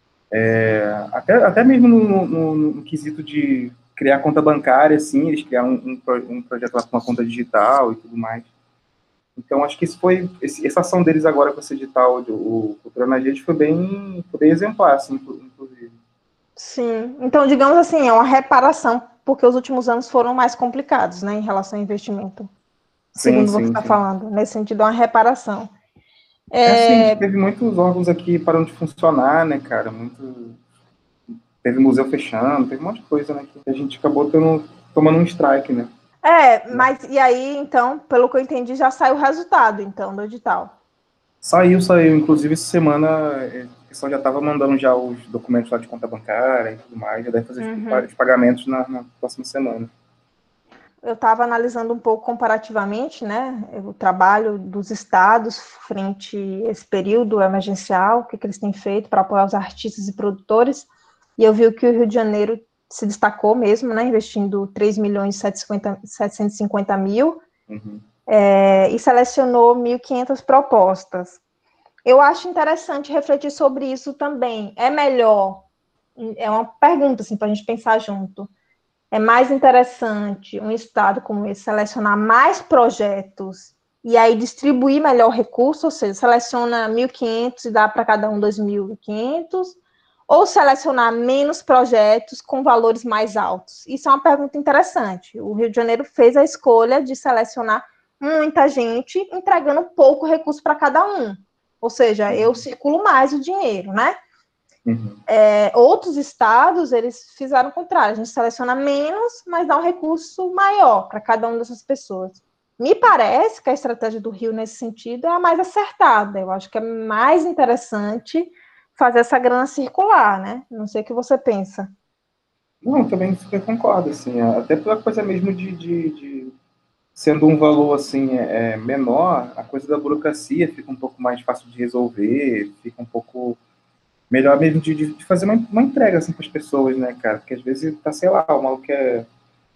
É, até, até mesmo no, no, no quesito de criar conta bancária, assim, eles criaram um, um, um projeto lá com uma conta digital e tudo mais. Então, acho que isso foi, esse, essa ação deles agora com esse edital, o Cultura na Rede, foi bem, foi bem exemplar, assim, inclusive. Sim, então, digamos assim, é uma reparação, porque os últimos anos foram mais complicados, né, em relação ao investimento, Sim, segundo você sim, está sim. falando, nesse sentido, é uma reparação. É assim, É, teve muitos órgãos aqui parando de funcionar, né, cara, muito... Teve museu fechando, teve um monte de coisa, né, que a gente acabou tendo, tomando um strike, né. é, mas e aí, então, pelo que eu entendi, já saiu o resultado, então, do edital. Saiu, saiu. Inclusive, essa semana, a pessoa já estava mandando já os documentos lá de conta bancária e tudo mais, já deve fazer Uhum. os pagamentos na, na próxima semana. Eu estava analisando um pouco comparativamente, né, o trabalho dos estados frente a esse período emergencial, o que, que eles têm feito para apoiar os artistas e produtores, e eu vi que o Rio de Janeiro se destacou mesmo, né, investindo três milhões e setecentos e cinquenta mil, Uhum. é, e selecionou mil e quinhentas propostas. Eu acho interessante refletir sobre isso também. É melhor, é uma pergunta assim, para a gente pensar junto, é mais interessante um estado como esse selecionar mais projetos e aí distribuir melhor o recurso, ou seja, seleciona mil e quinhentos e dá para cada um dois mil e quinhentos, ou selecionar menos projetos com valores mais altos? Isso é uma pergunta interessante. O Rio de Janeiro fez a escolha de selecionar muita gente, entregando pouco recurso para cada um. Ou seja, eu circulo mais o dinheiro, né? Uhum. É, outros estados, eles fizeram o contrário. A gente seleciona menos, mas dá um recurso maior para cada uma dessas pessoas. Me parece que a estratégia do Rio, nesse sentido, é a mais acertada. Eu acho que é mais interessante fazer essa grana circular, né? Não sei o que você pensa. Não, também super concordo, assim, até pela coisa mesmo de, de, de sendo um valor, assim, é, menor, a coisa da burocracia fica um pouco mais fácil de resolver, fica um pouco melhor mesmo de, de fazer uma, uma entrega, assim, para as pessoas, né, cara? Porque às vezes tá, sei lá, o maluco é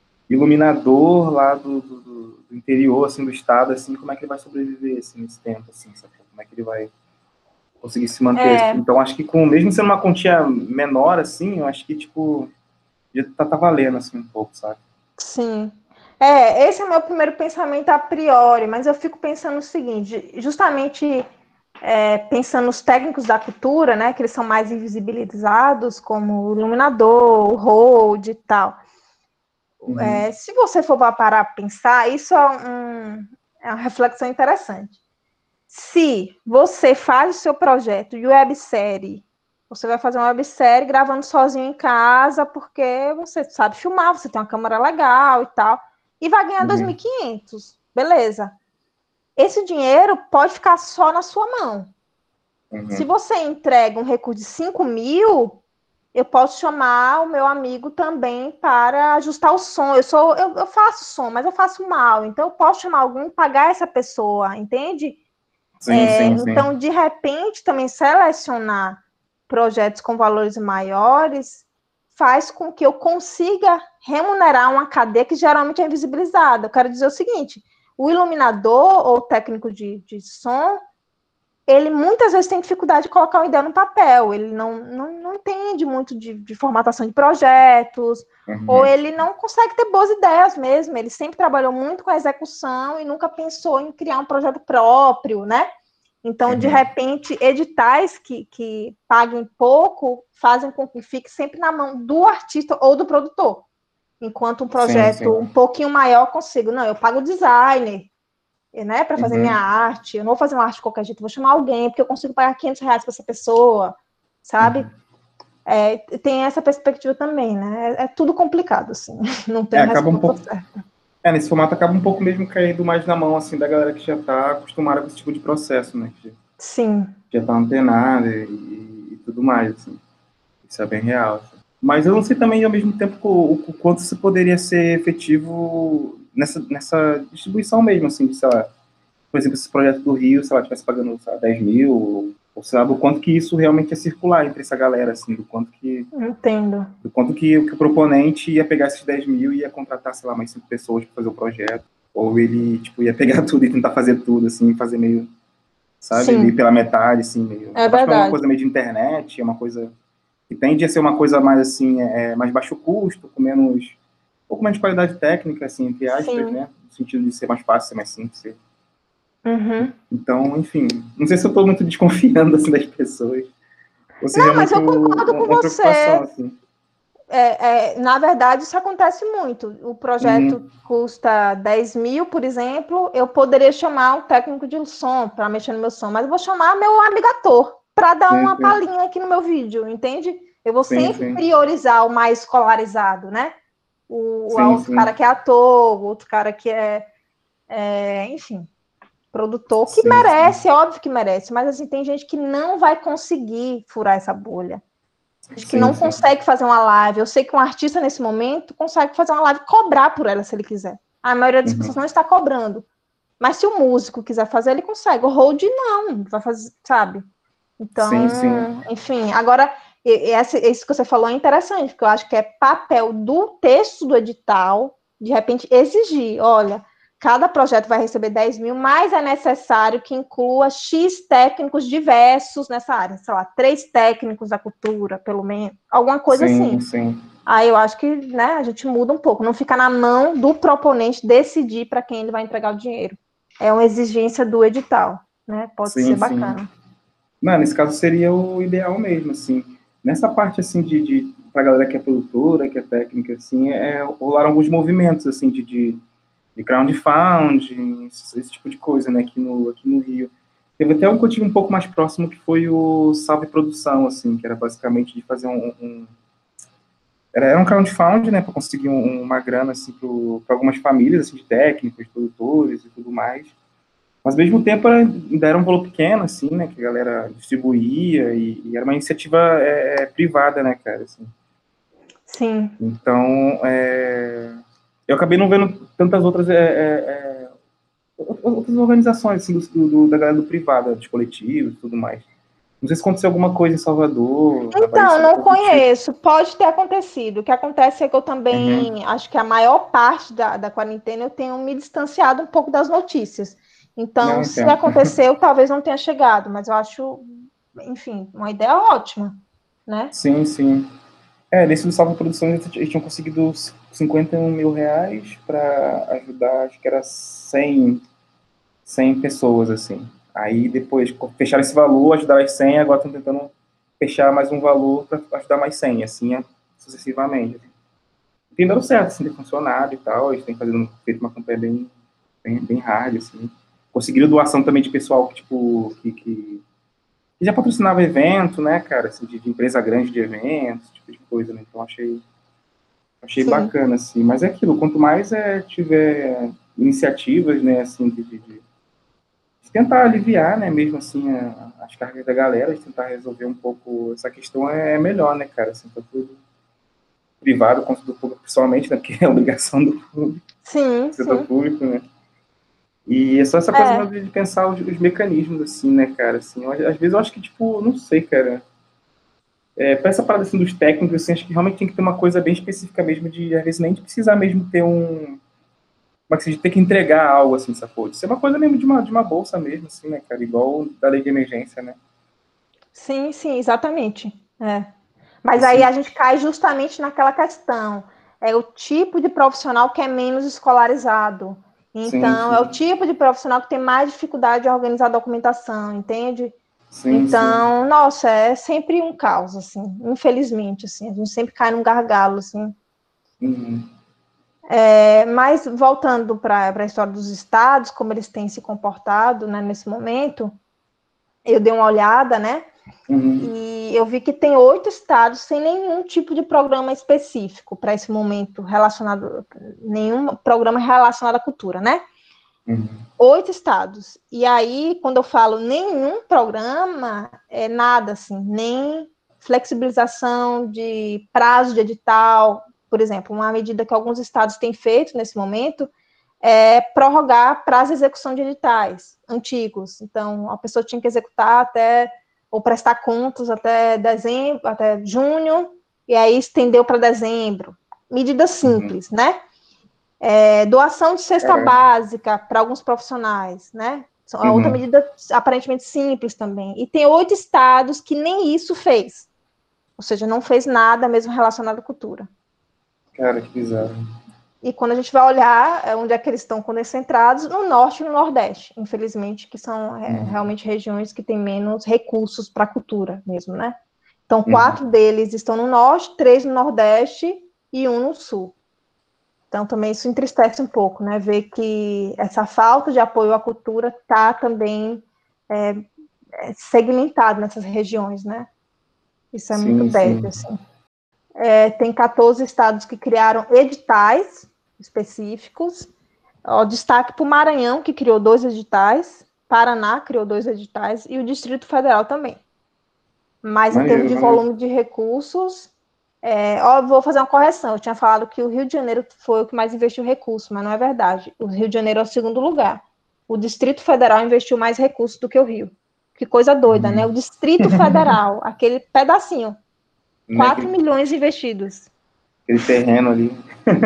iluminador lá do, do, do interior, assim, do estado, assim, como é que ele vai sobreviver, assim, nesse tempo, assim, sabe? Como é que ele vai conseguir se manter? É, Então, acho que com, mesmo sendo uma quantia menor, assim, eu acho que, tipo, já tá, tá valendo, assim, um pouco, sabe? sim. É, esse é o meu primeiro pensamento a priori, mas eu fico pensando o seguinte, justamente é, pensando nos técnicos da cultura, né, que eles são mais invisibilizados, como o iluminador, o hold e tal. Uhum. É, se você for parar para pensar, isso é, um, é uma reflexão interessante. Se você faz o seu projeto de websérie, você vai fazer uma websérie gravando sozinho em casa, porque você sabe filmar, você tem uma câmera legal e tal, e vai ganhar Uhum. dois mil e quinhentos, beleza. Esse dinheiro pode ficar só na sua mão. Uhum. Se você entrega um recurso de cinco mil, eu posso chamar o meu amigo também para ajustar o som. Eu sou, eu, eu faço som, mas eu faço mal. Então, eu posso chamar alguém e pagar essa pessoa, entende? Sim, É, sim, sim. então, de repente, também selecionar projetos com valores maiores faz com que eu consiga remunerar uma cadeia que geralmente é invisibilizada. Eu quero dizer o seguinte, o iluminador ou técnico de, de som, ele muitas vezes tem dificuldade de colocar uma ideia no papel, ele não, não, não entende muito de, de formatação de projetos, Uhum. ou ele não consegue ter boas ideias mesmo, ele sempre trabalhou muito com a execução e nunca pensou em criar um projeto próprio, né? Então, Uhum. de repente, editais que, que paguem pouco fazem com que fique sempre na mão do artista ou do produtor, enquanto um projeto Sim, sim. um pouquinho maior consigo. Não, eu pago o designer, né, para fazer Uhum. minha arte, eu não vou fazer uma arte de qualquer jeito, eu vou chamar alguém, porque eu consigo pagar quinhentos reais para essa pessoa, sabe? Uhum. É, tem essa perspectiva também, né? É, é tudo complicado, assim, não tem É, acaba um resposta pouco. certa. É, nesse formato acaba um pouco mesmo caindo mais na mão, assim, da galera que já tá acostumada com esse tipo de processo, né? Que Sim. já tá antenada e, e tudo mais, assim. Isso é bem real. Assim. Mas eu não sei também, ao mesmo tempo, o, o quanto isso poderia ser efetivo nessa, nessa distribuição mesmo, assim, de, sei lá, por exemplo, esse projeto do Rio, se ela estivesse pagando, sei lá, dez mil, ou, ou sei lá, do quanto que isso realmente ia circular entre essa galera, assim, do quanto que, Entendo. do quanto que, que o proponente ia pegar esses dez mil e ia contratar, sei lá, mais cinco pessoas para fazer o projeto, ou ele, tipo, ia pegar tudo e tentar fazer tudo, assim, fazer meio, sabe, meio Sim, pela metade, assim, meio... é Eu acho que é uma verdade. coisa meio de internet, é uma coisa que tende a ser uma coisa mais, assim, é, mais baixo custo, com menos, um pouco menos de qualidade técnica, assim, entre aspas, Sim. né, no sentido de ser mais fácil, ser mais simples, ser... Uhum. Então, enfim, não sei se eu estou muito desconfiando, assim, das pessoas, ou se é Não, mas realmente eu concordo com uma preocupação, você. assim. É, é, na verdade, isso acontece muito. O projeto Uhum. custa dez mil, por exemplo, eu poderia chamar um técnico de som para mexer no meu som, mas eu vou chamar meu amigo ator para dar Sim, uma sim, palhinha aqui no meu vídeo, entende? Eu vou sim, sempre sim, priorizar o mais escolarizado, né? O, o sim, outro cara sim, que é ator, o outro cara que é, é enfim, produtor, que sim, sim, merece, é óbvio que merece, mas assim, tem gente que não vai conseguir furar essa bolha. Gente que sim, não sim, consegue fazer uma live. Eu sei que um artista, nesse momento, consegue fazer uma live e cobrar por ela, se ele quiser. A maioria das pessoas uhum. não está cobrando. Mas se o músico quiser fazer, ele consegue. O hold não, vai fazer, sabe? Sim, sim, Então, enfim. Agora, isso que você falou é interessante, porque eu acho que é papel do texto do edital, de repente, exigir, olha, cada projeto vai receber dez mil, mas é necessário que inclua X técnicos diversos nessa área, sei lá, três técnicos da cultura, pelo menos, alguma coisa sim, assim. sim, Aí eu acho que, né, a gente muda um pouco, não fica na mão do proponente decidir para quem ele vai entregar o dinheiro. É uma exigência do edital, né? Pode ser sim, sim. bacana. Não, nesse caso seria o ideal mesmo, assim. Nessa parte, assim, de, de pra galera que é produtora, que é técnica, assim, é, rolaram alguns movimentos, assim, de, de, de crowdfunding, esse, esse tipo de coisa, né, aqui no, aqui no Rio. Teve até um que eu tive um pouco mais próximo, que foi o Salve Produção, assim, que era basicamente de fazer um... um era, era um crowdfunding, né, para conseguir um, uma grana, assim, para algumas famílias, assim, de técnicos, produtores e tudo mais. Mas, ao mesmo tempo, ainda era um valor pequeno, assim, né, que a galera distribuía, e, e era uma iniciativa é, privada, né, cara, assim. Sim. Então, é, eu acabei não vendo tantas outras, é, é, outras organizações, assim, do, do, da galera do privado, dos coletivos e tudo mais. Não sei se aconteceu alguma coisa em Salvador, na Bahia, Então, alguma não coisa do tipo. conheço. Pode ter acontecido. O que acontece é que eu Uhum. também acho que a maior parte da, da quarentena eu tenho me distanciado um pouco das notícias. Não, Então, se entendo. aconteceu, talvez não tenha chegado, mas eu acho, enfim, uma ideia ótima, né? Sim, sim. É, nesse do Salva Produção eles tinham conseguido cinquenta e um mil reais para ajudar, acho que era cem cem pessoas, assim. Aí depois fecharam esse valor, ajudaram as cem, agora estão tentando fechar mais um valor para ajudar mais cem, assim, sucessivamente. Assim. Tem dado certo, assim, tem funcionado e tal, eles têm fazendo, feito uma campanha bem, bem, bem hard, assim. Conseguiram doação também de pessoal que, tipo, que, que, que já patrocinava evento, né, cara, assim, de, de empresa grande de eventos, esse tipo de coisa, né, então achei, achei Sim, bacana, assim, mas é aquilo, quanto mais é, tiver iniciativas, né, assim, de, de, de tentar aliviar, né, mesmo assim, a, as cargas da galera, de tentar resolver um pouco essa questão é melhor, né, cara, assim, tanto privado quanto do público, pessoalmente, né, porque é obrigação do público, sim, do setor sim. público, né, e é só essa coisa É. mesmo de pensar os, os mecanismos, assim, né, cara, assim, eu, às vezes eu acho que, tipo, não sei, cara, é, para essa parada, assim, dos técnicos, assim, acho que realmente tem que ter uma coisa bem específica mesmo de, às vezes, nem de precisar mesmo ter um, como é que se diz, ter que entregar algo, assim, sacou? De ser uma coisa mesmo de uma, de uma bolsa mesmo, assim, né, cara, igual da lei de emergência, né, Sim, sim, exatamente. É. Mas aí assim, a gente cai justamente naquela questão. É o tipo de profissional que é menos escolarizado. sim, Então, é o sim. tipo de profissional que tem mais dificuldade de organizar a documentação, entende? Sim, sim. Então, nossa, é sempre um caos, assim, infelizmente, assim, a gente sempre cai num gargalo, assim. Uhum. É, mas voltando para a história dos estados, como eles têm se comportado, né, nesse momento, eu dei uma olhada, né? Uhum. E eu vi que tem oito estados sem nenhum tipo de programa específico para esse momento relacionado, nenhum programa relacionado à cultura, né? Uhum. Oito estados. E aí, quando eu falo nenhum programa, é nada assim, nem flexibilização de prazo de edital, por exemplo, uma medida que alguns estados têm feito nesse momento é prorrogar prazo de execução de editais antigos. Então, a pessoa tinha que executar até, ou prestar contas até dezembro, até junho, e aí estendeu para dezembro. Medida simples, uhum. né? É, doação de cesta é. básica para alguns profissionais, né? É uhum. outra medida aparentemente simples também. E tem oito estados que nem isso fez. Ou seja, não fez nada mesmo relacionado à cultura. Cara, que bizarro. E quando a gente vai olhar onde é que eles estão concentrados, no norte e no nordeste, infelizmente, que são é, uhum. realmente regiões que têm menos recursos para a cultura mesmo, né? Então, quatro uhum. deles estão no norte, três no nordeste e um no sul. Então, também isso entristece um pouco, né? Ver que essa falta de apoio à cultura está também é, é, segmentado nessas regiões, né? Isso é sim, muito bad, assim. É, tem quatorze estados que criaram editais específicos. Ó, destaque para o Maranhão, que criou dois editais, Paraná criou dois editais, e o Distrito Federal também. Mas, maneiro, em termos de maneiro. volume de recursos, é, ó, vou fazer uma correção. Eu tinha falado que o Rio de Janeiro foi o que mais investiu recursos, mas não é verdade. O Rio de Janeiro é o segundo lugar. O Distrito Federal investiu mais recursos do que o Rio. Que coisa doida, hum. né? O Distrito Federal, aquele pedacinho, quatro aquele... milhões investidos. Aquele terreno ali.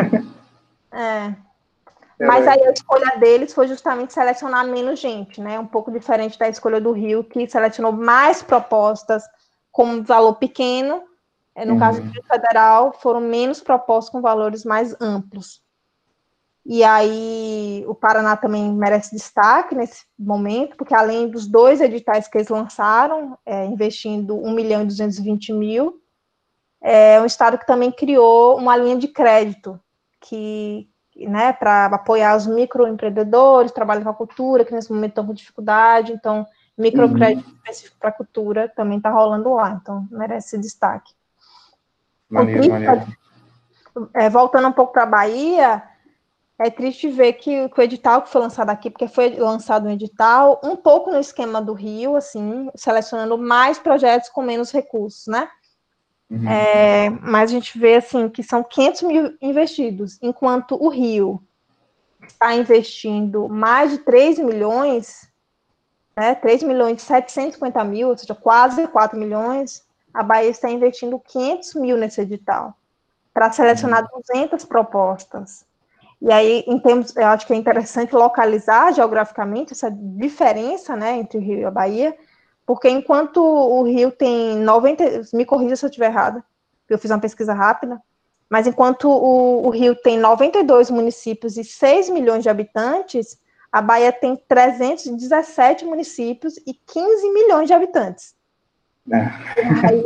É. Mas aí a escolha deles foi justamente selecionar menos gente, né? Um pouco diferente da escolha do Rio, que selecionou mais propostas com valor pequeno. No uhum. caso do Distrito Federal, foram menos propostas com valores mais amplos. E aí o Paraná também merece destaque nesse momento, porque além dos dois editais que eles lançaram, é, investindo um milhão e duzentos e vinte mil, é um estado que também criou uma linha de crédito que, né, para apoiar os microempreendedores, trabalham com a cultura, que nesse momento estão com dificuldade, então microcrédito uhum. específico para a cultura também está rolando lá, então merece destaque. Maneiro, maneiro. É, voltando um pouco para a Bahia, é triste ver que, que o edital que foi lançado aqui, porque foi lançado um edital um pouco no esquema do Rio, assim, selecionando mais projetos com menos recursos, né? Uhum. É, mas a gente vê, assim, que são quinhentos mil investidos, enquanto o Rio está investindo mais de três milhões, né, três milhões e setecentos e cinquenta mil, ou seja, quase quatro milhões, a Bahia está investindo quinhentos mil nesse edital, para selecionar uhum. duzentas propostas. E aí, em termos, eu acho que é interessante localizar geograficamente essa diferença, né, entre o Rio e a Bahia, porque enquanto o Rio tem noventa, me corrija se eu estiver errada, porque eu fiz uma pesquisa rápida, mas enquanto o, o Rio tem noventa e dois municípios e seis milhões de habitantes, a Bahia tem trezentos e dezessete municípios e quinze milhões de habitantes. É. Aí...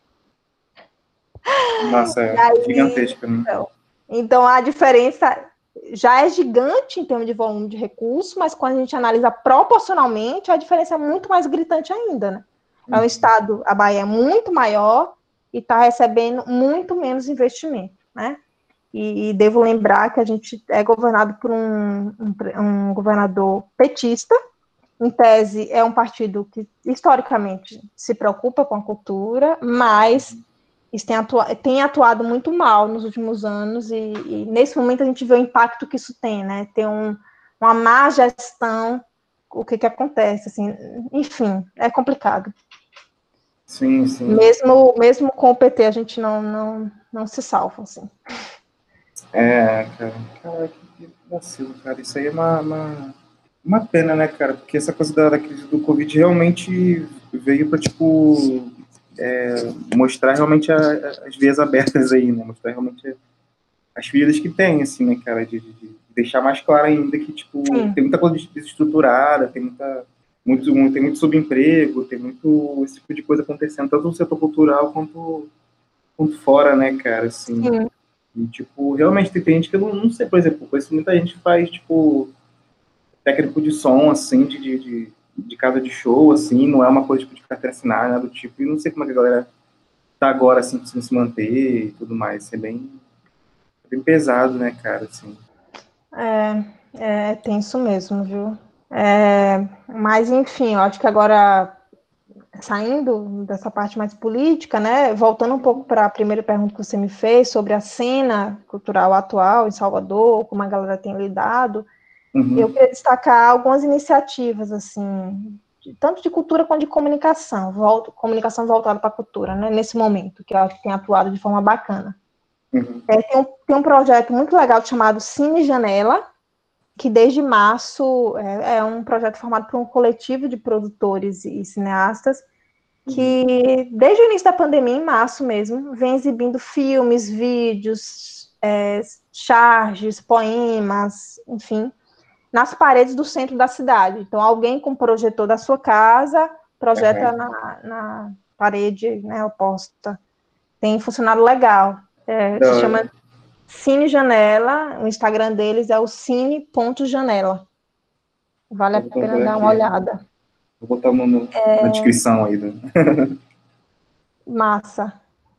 Nossa, é aí, gigantesca. Né? Então, então, a diferença já é gigante em termos de volume de recursos, mas quando a gente analisa proporcionalmente, a diferença é muito mais gritante ainda, né? É um estado, a Bahia é muito maior e está recebendo muito menos investimento, né? E, e devo lembrar que a gente é governado por um, um, um governador petista, em tese é um partido que historicamente se preocupa com a cultura, mas isso tem, atua, tem atuado muito mal nos últimos anos, e, e nesse momento a gente vê o impacto que isso tem, né? Tem um, uma má gestão, o que que acontece, assim, enfim, é complicado. Sim, sim. Mesmo, mesmo com o P T, a gente não, não, não se salva, assim. É, cara, cara, que vacilo, cara, isso aí é uma, uma, uma pena, né, cara, porque essa coisa da, da crise do Covid realmente veio para, tipo... É, mostrar realmente a, a, as vias abertas aí, né? Mostrar realmente as feridas que tem, assim, né, cara? De, de, de deixar mais claro ainda que, tipo, Sim. tem muita coisa desestruturada, tem muita, muito, muito, tem muito subemprego, tem muito esse tipo de coisa acontecendo, tanto no setor cultural quanto, quanto fora, né, cara? Assim. Sim. E, tipo, realmente tem, tem gente que eu não, não sei, por exemplo, conheço muita gente que faz, tipo, técnico de som, assim, de, de, de de casa de show, assim, não é uma coisa tipo, de carteira assinada, nada do tipo, e não sei como é que a galera tá agora, assim, conseguindo se manter e tudo mais, é bem, bem pesado, né, cara, assim. É, é tem isso mesmo, viu? É, mas, enfim, eu acho que agora, saindo dessa parte mais política, né, voltando um pouco para a primeira pergunta que você me fez sobre a cena cultural atual em Salvador, como a galera tem lidado, uhum. Eu queria destacar algumas iniciativas, assim, de, tanto de cultura quanto de comunicação, volto, comunicação voltada para a cultura, né, nesse momento, que eu acho que tem atuado de forma bacana. Uhum. É, tem, um, tem um projeto muito legal chamado Cine Janela, que desde março é, é um projeto formado por um coletivo de produtores e cineastas que, desde o início da pandemia, em março mesmo, vem exibindo filmes, vídeos, é, charges, poemas, enfim, nas paredes do centro da cidade. Então, alguém com projetor da sua casa projeta uhum. na, na parede, né, oposta. Tem funcionado legal. É, se chama Cine Janela, o Instagram deles é o cine ponto janela. Vale a pena dar uma olhada. Vou botar no, no, é... na descrição aí. Do... Massa.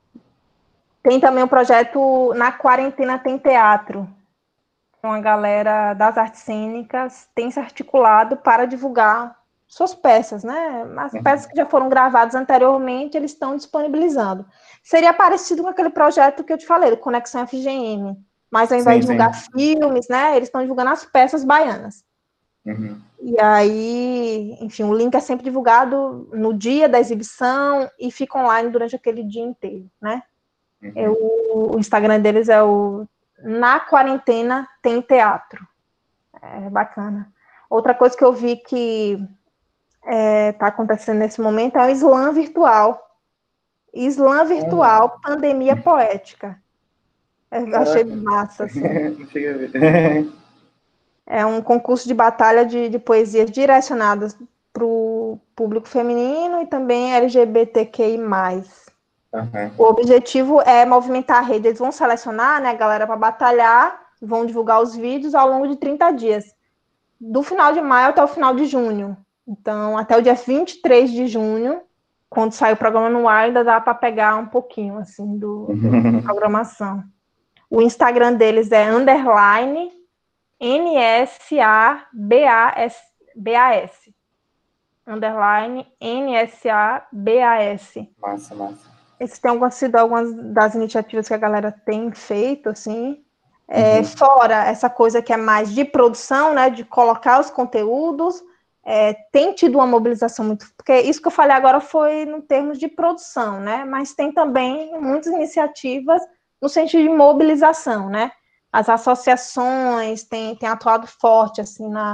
Tem também o projeto Na Quarentena Tem Teatro. Uma galera das artes cênicas tem se articulado para divulgar suas peças, né? As uhum. peças que já foram gravadas anteriormente, eles estão disponibilizando. Seria parecido com aquele projeto que eu te falei, do Conexão F G M, mas ao invés sim, de divulgar sim. filmes, né, eles estão divulgando as peças baianas. Uhum. E aí, enfim, o link é sempre divulgado no dia da exibição e fica online durante aquele dia inteiro, né? Uhum. É o, o Instagram deles é o Na Quarentena Tem Teatro. É bacana. Outra coisa que eu vi que está é, acontecendo nesse momento é o slam virtual. Slam virtual, ah. Pandemia Poética. Eu achei massa, assim. Não cheguei a ver. É um concurso de batalha de, de poesias direcionadas para o público feminino e também L G B T Q I mais. Uhum. O objetivo é movimentar a rede. Eles vão selecionar, né, a galera para batalhar, vão divulgar os vídeos ao longo de trinta dias. Do final de maio até o final de junho. Então, até o dia vinte e três de junho, quando sai o programa no ar, ainda dá para pegar um pouquinho, assim, do, do da programação. O Instagram deles é underline N S A B A S. Underline N S A B A S. Massa, massa. Esses têm algumas, sido algumas das iniciativas que a galera tem feito, assim. É, uhum. Fora essa coisa que é mais de produção, né, de colocar os conteúdos, é, tem tido uma mobilização muito... Porque isso que eu falei agora foi no termos de produção, né, mas tem também muitas iniciativas no sentido de mobilização, né, as associações têm, têm atuado forte, assim, na,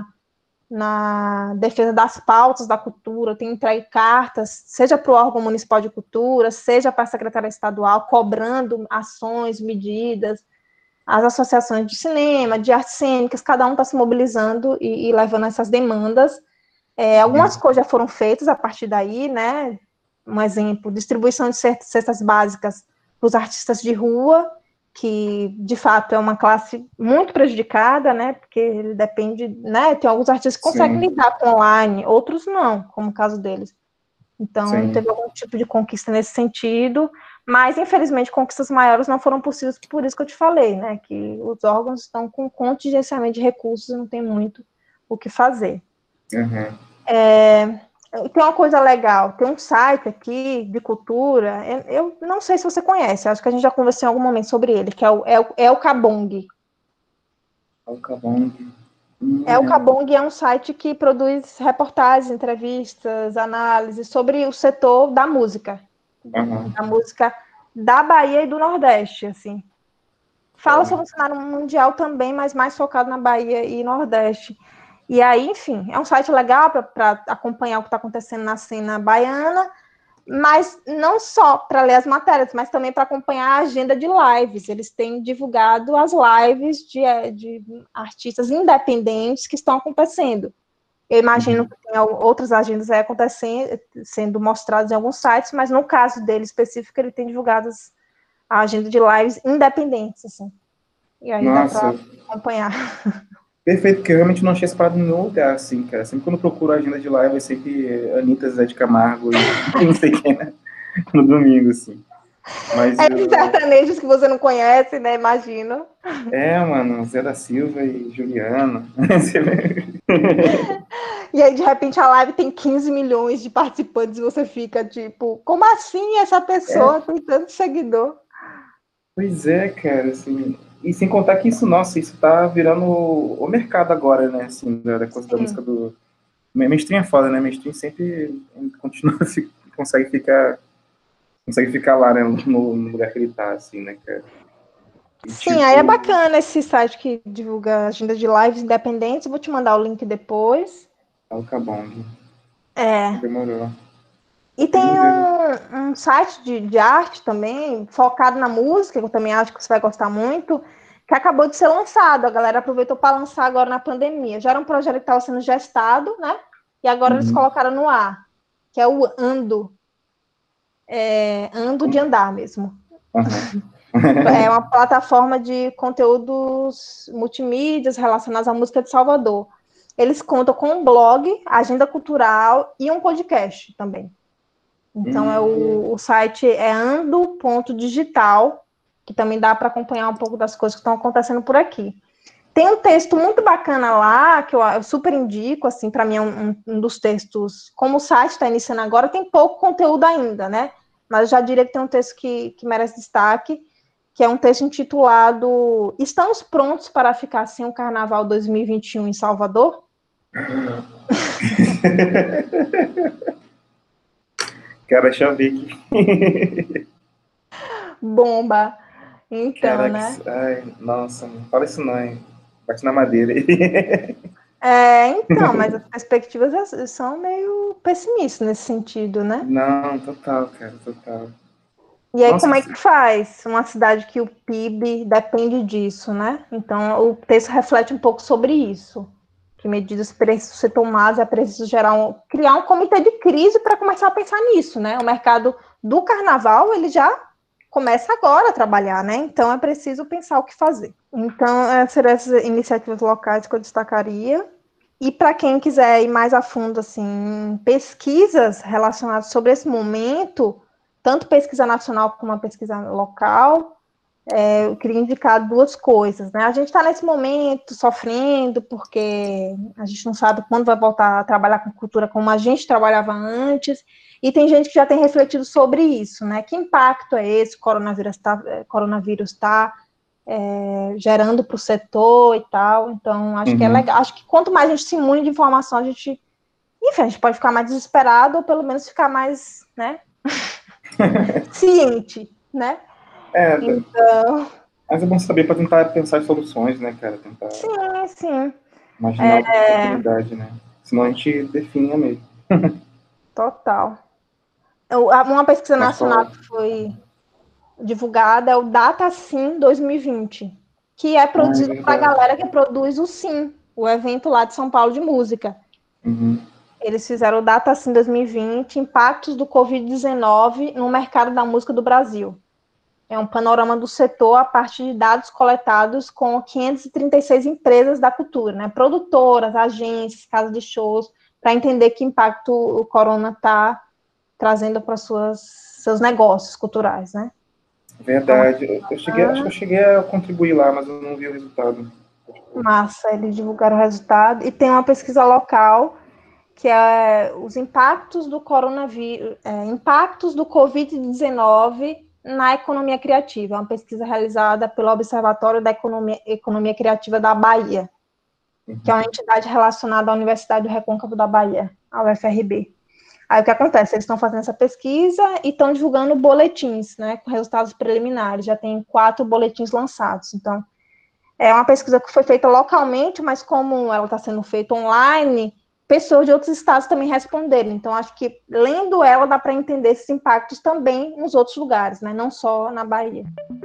na defesa das pautas da cultura, tem entregue cartas, seja para o órgão municipal de cultura, seja para a secretaria estadual, cobrando ações, medidas. As associações de cinema, de artes cênicas, cada um está se mobilizando e, e levando essas demandas. É, algumas uhum. coisas já foram feitas a partir daí, né? Um exemplo, distribuição de cestas básicas para os artistas de rua, que, de fato, é uma classe muito prejudicada, né? Porque ele depende, né? Tem alguns artistas que conseguem Sim. lidar com online, outros não, como o caso deles. Então, Sim. teve algum tipo de conquista nesse sentido, mas, infelizmente, conquistas maiores não foram possíveis, por isso que eu te falei, né, que os órgãos estão com contingenciamento de recursos e não tem muito o que fazer. Uhum. É, tem uma coisa legal, tem um site aqui de cultura, eu, eu não sei se você conhece, acho que a gente já conversou em algum momento sobre ele, que é o, é o, é o Cabong. É o Cabong. É, o Cabong é um site que produz reportagens, entrevistas, análises sobre o setor da música. Uhum. Da música da Bahia e do Nordeste, assim. Fala sobre o cenário mundial também, mas mais focado na Bahia e Nordeste. E aí, enfim, é um site legal para acompanhar o que está acontecendo na cena baiana, mas não só para ler as matérias, mas também para acompanhar a agenda de lives. Eles têm divulgado as lives de, de artistas independentes que estão acontecendo. Eu imagino uhum. que tem outras agendas aí acontecendo, sendo mostradas em alguns sites, mas no caso dele específico, ele tem divulgado a agenda de lives independentes, assim. E aí Nossa. dá para acompanhar. Perfeito, porque eu realmente não achei essa parada em nenhum lugar, assim, cara. Sempre quando eu procuro a agenda de live, é sempre Anitta, Zé de Camargo e não sei quem, né? No domingo, assim. Mas, é de sertanejos que você não conhece, né? Imagino. É, mano, Zé da Silva e Juliano. E aí, de repente, a live tem quinze milhões de participantes e você fica tipo, como assim essa pessoa É, tem tanto seguidor? pois é, cara, assim, e sem contar que isso, nossa, isso tá virando o, o mercado agora, né, assim, da, da coisa da música Sim. do... Mainstream é foda, né, mainstream sempre continua, se, consegue ficar, consegue ficar lá, né, no, no lugar que ele tá, assim, né, cara. E, Sim, aí é tipo, bacana esse site que divulga agenda de lives independentes. Vou te mandar o link depois. Alcabong, É. demorou. E Vou tem pedir um dedo. um, um site de, de arte também, focado na música, que eu também acho que você vai gostar muito, que acabou de ser lançado. A galera aproveitou para lançar agora na pandemia. Já era um projeto que estava sendo gestado, né? E agora eles Uhum. colocaram no ar, que é o Ando. É, Ando de Como? andar mesmo. Aham. É uma plataforma de conteúdos multimídias relacionados à música de Salvador. Eles contam com um blog, agenda cultural e um podcast também. Então, é Hum, o, o site é ando ponto digital, que também dá para acompanhar um pouco das coisas que estão acontecendo por aqui. Tem um texto muito bacana lá, que eu, eu super indico, assim, para mim é um, um, um dos textos, como o site está iniciando agora, tem pouco conteúdo ainda, né? Mas eu já diria que tem um texto que, que merece destaque, que é um texto intitulado Estamos prontos para ficar sem o Carnaval dois mil e vinte e um em Salvador? cara, deixa eu ver aqui. Bomba! Então, Caraca, né? ai, nossa, não fala isso não, hein? Bate na madeira. É, então, mas as perspectivas são meio pessimistas nesse sentido, né? Não, total, cara, total. E aí, Nossa, como é que faz uma cidade que o P I B depende disso, né? Então, o texto reflete um pouco sobre isso. Que medidas precisam ser tomadas, é preciso gerar um, criar um comitê de crise para começar a pensar nisso, né? O mercado do carnaval, ele já começa agora a trabalhar, né? Então, é preciso pensar o que fazer. Então, seriam essas iniciativas locais que eu destacaria. E para quem quiser ir mais a fundo, assim, pesquisas relacionadas sobre esse momento, tanto pesquisa nacional como uma pesquisa local, é, eu queria indicar duas coisas, né? A gente está nesse momento sofrendo, porque a gente não sabe quando vai voltar a trabalhar com cultura como a gente trabalhava antes, e tem gente que já tem refletido sobre isso, né? Que impacto é esse? O coronavírus está coronavírus tá, é, gerando para o setor e tal. Então, acho que é uhum. legal. Acho que quanto mais a gente se imune de informação, a gente, enfim, a gente pode ficar mais desesperado ou pelo menos ficar mais, né, ciente, né? É, Então, mas é bom saber para tentar pensar em soluções, né, cara? Tentar sim, sim, imaginar outra possibilidade, né? Senão a gente definha mesmo. total. Eu, uma pesquisa Mas nacional qual... que foi divulgada é o DataSim dois mil e vinte, que é Ah, é produzido para a verdade. galera que produz o Sim, o evento lá de São Paulo de música. Uhum. Eles fizeram o DataSim dois mil e vinte, impactos do covid dezenove no mercado da música do Brasil. É um panorama do setor a partir de dados coletados com quinhentas e trinta e seis empresas da cultura, né? Produtoras, agências, casas de shows, para entender que impacto o corona está trazendo para seus negócios culturais, né? Então, Verdade. Eu cheguei, acho que eu cheguei a contribuir lá, mas eu não vi o resultado. massa, eles divulgaram o resultado. E tem uma pesquisa local que é os impactos do coronavírus, é, impactos do covid dezenove na economia criativa. É uma pesquisa realizada pelo Observatório da Economia, Economia Criativa da Bahia, que é uma entidade relacionada à Universidade do Recôncavo da Bahia, a U F R B. Aí o que acontece? Eles estão fazendo essa pesquisa e estão divulgando boletins, né, com resultados preliminares. Já tem quatro boletins lançados. Então, é uma pesquisa que foi feita localmente, mas como ela está sendo feita online, pessoas de outros estados também responderam. Então, acho que lendo ela dá para entender esses impactos também nos outros lugares, né? Não só na Bahia.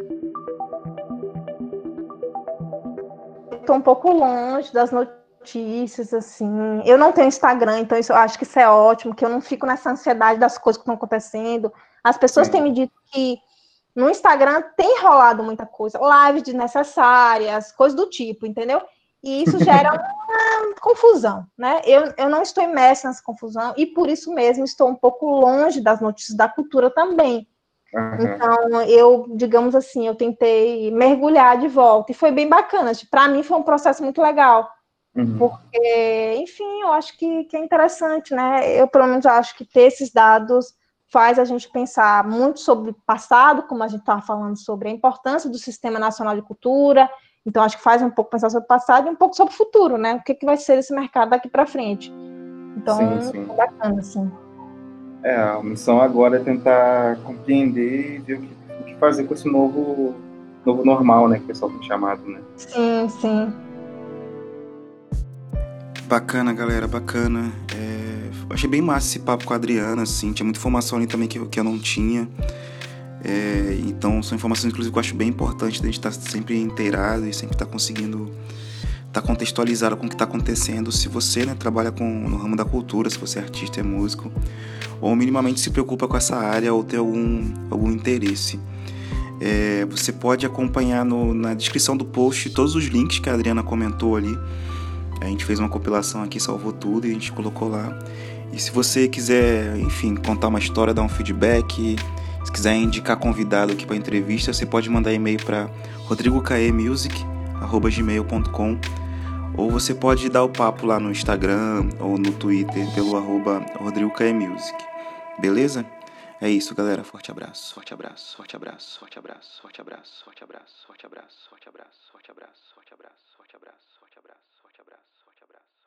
Estou um pouco longe das notícias, assim. Eu não tenho Instagram, então isso, eu acho que isso é ótimo, que eu não fico nessa ansiedade das coisas que estão acontecendo. As pessoas têm Sim. me dito que no Instagram tem rolado muita coisa, lives desnecessárias, coisas do tipo, entendeu? E isso gera uma confusão, né? Eu, eu não estou imersa nessa confusão e por isso mesmo estou um pouco longe das notícias da cultura também. Uhum. Então, eu, digamos assim, eu tentei mergulhar de volta e foi bem bacana. Para mim foi um processo muito legal, Uhum. Porque, enfim, eu acho que, que é interessante, né? Eu, pelo menos, acho que ter esses dados faz a gente pensar muito sobre o passado, como a gente estava falando sobre a importância do Sistema Nacional de Cultura. Então, acho que faz um pouco pensar sobre o passado e um pouco sobre o futuro, né? O que, que vai ser esse mercado daqui para frente. Sim, Então, sim. é bacana, assim. É, a missão agora é tentar compreender e ver o que, o que fazer com esse novo, novo normal, né, que o pessoal tem chamado, né? Sim, sim. Bacana, galera, bacana. É, achei bem massa esse papo com a Adriana, assim. Tinha muita informação ali também que, eu- que eu não tinha. É, então, são informações, inclusive, que eu acho bem importante da gente estar sempre inteirado e sempre estar conseguindo estar contextualizado com o que está acontecendo. Se você, né, trabalha com, no ramo da cultura, se você é artista, é músico, ou minimamente se preocupa com essa área ou tem algum, algum interesse. É, você pode acompanhar no, na descrição do post todos os links que a Adriana comentou ali. A gente fez uma compilação aqui, salvou tudo e a gente colocou lá. E se você quiser, enfim, contar uma história, dar um feedback, se quiser indicar convidado aqui para entrevista, você pode mandar e-mail para rodrigo k e music arroba gmail ponto com, ou você pode dar o papo lá no Instagram ou no Twitter pelo arroba rodrigo k e music. Beleza? É isso, galera. Forte abraço. Forte abraço. Forte abraço. Forte abraço. Forte abraço. Forte abraço. Forte abraço. Forte abraço. Forte abraço. Forte abraço. Forte abraço. Forte abraço. Forte abraço. Forte abraço. Forte abraço.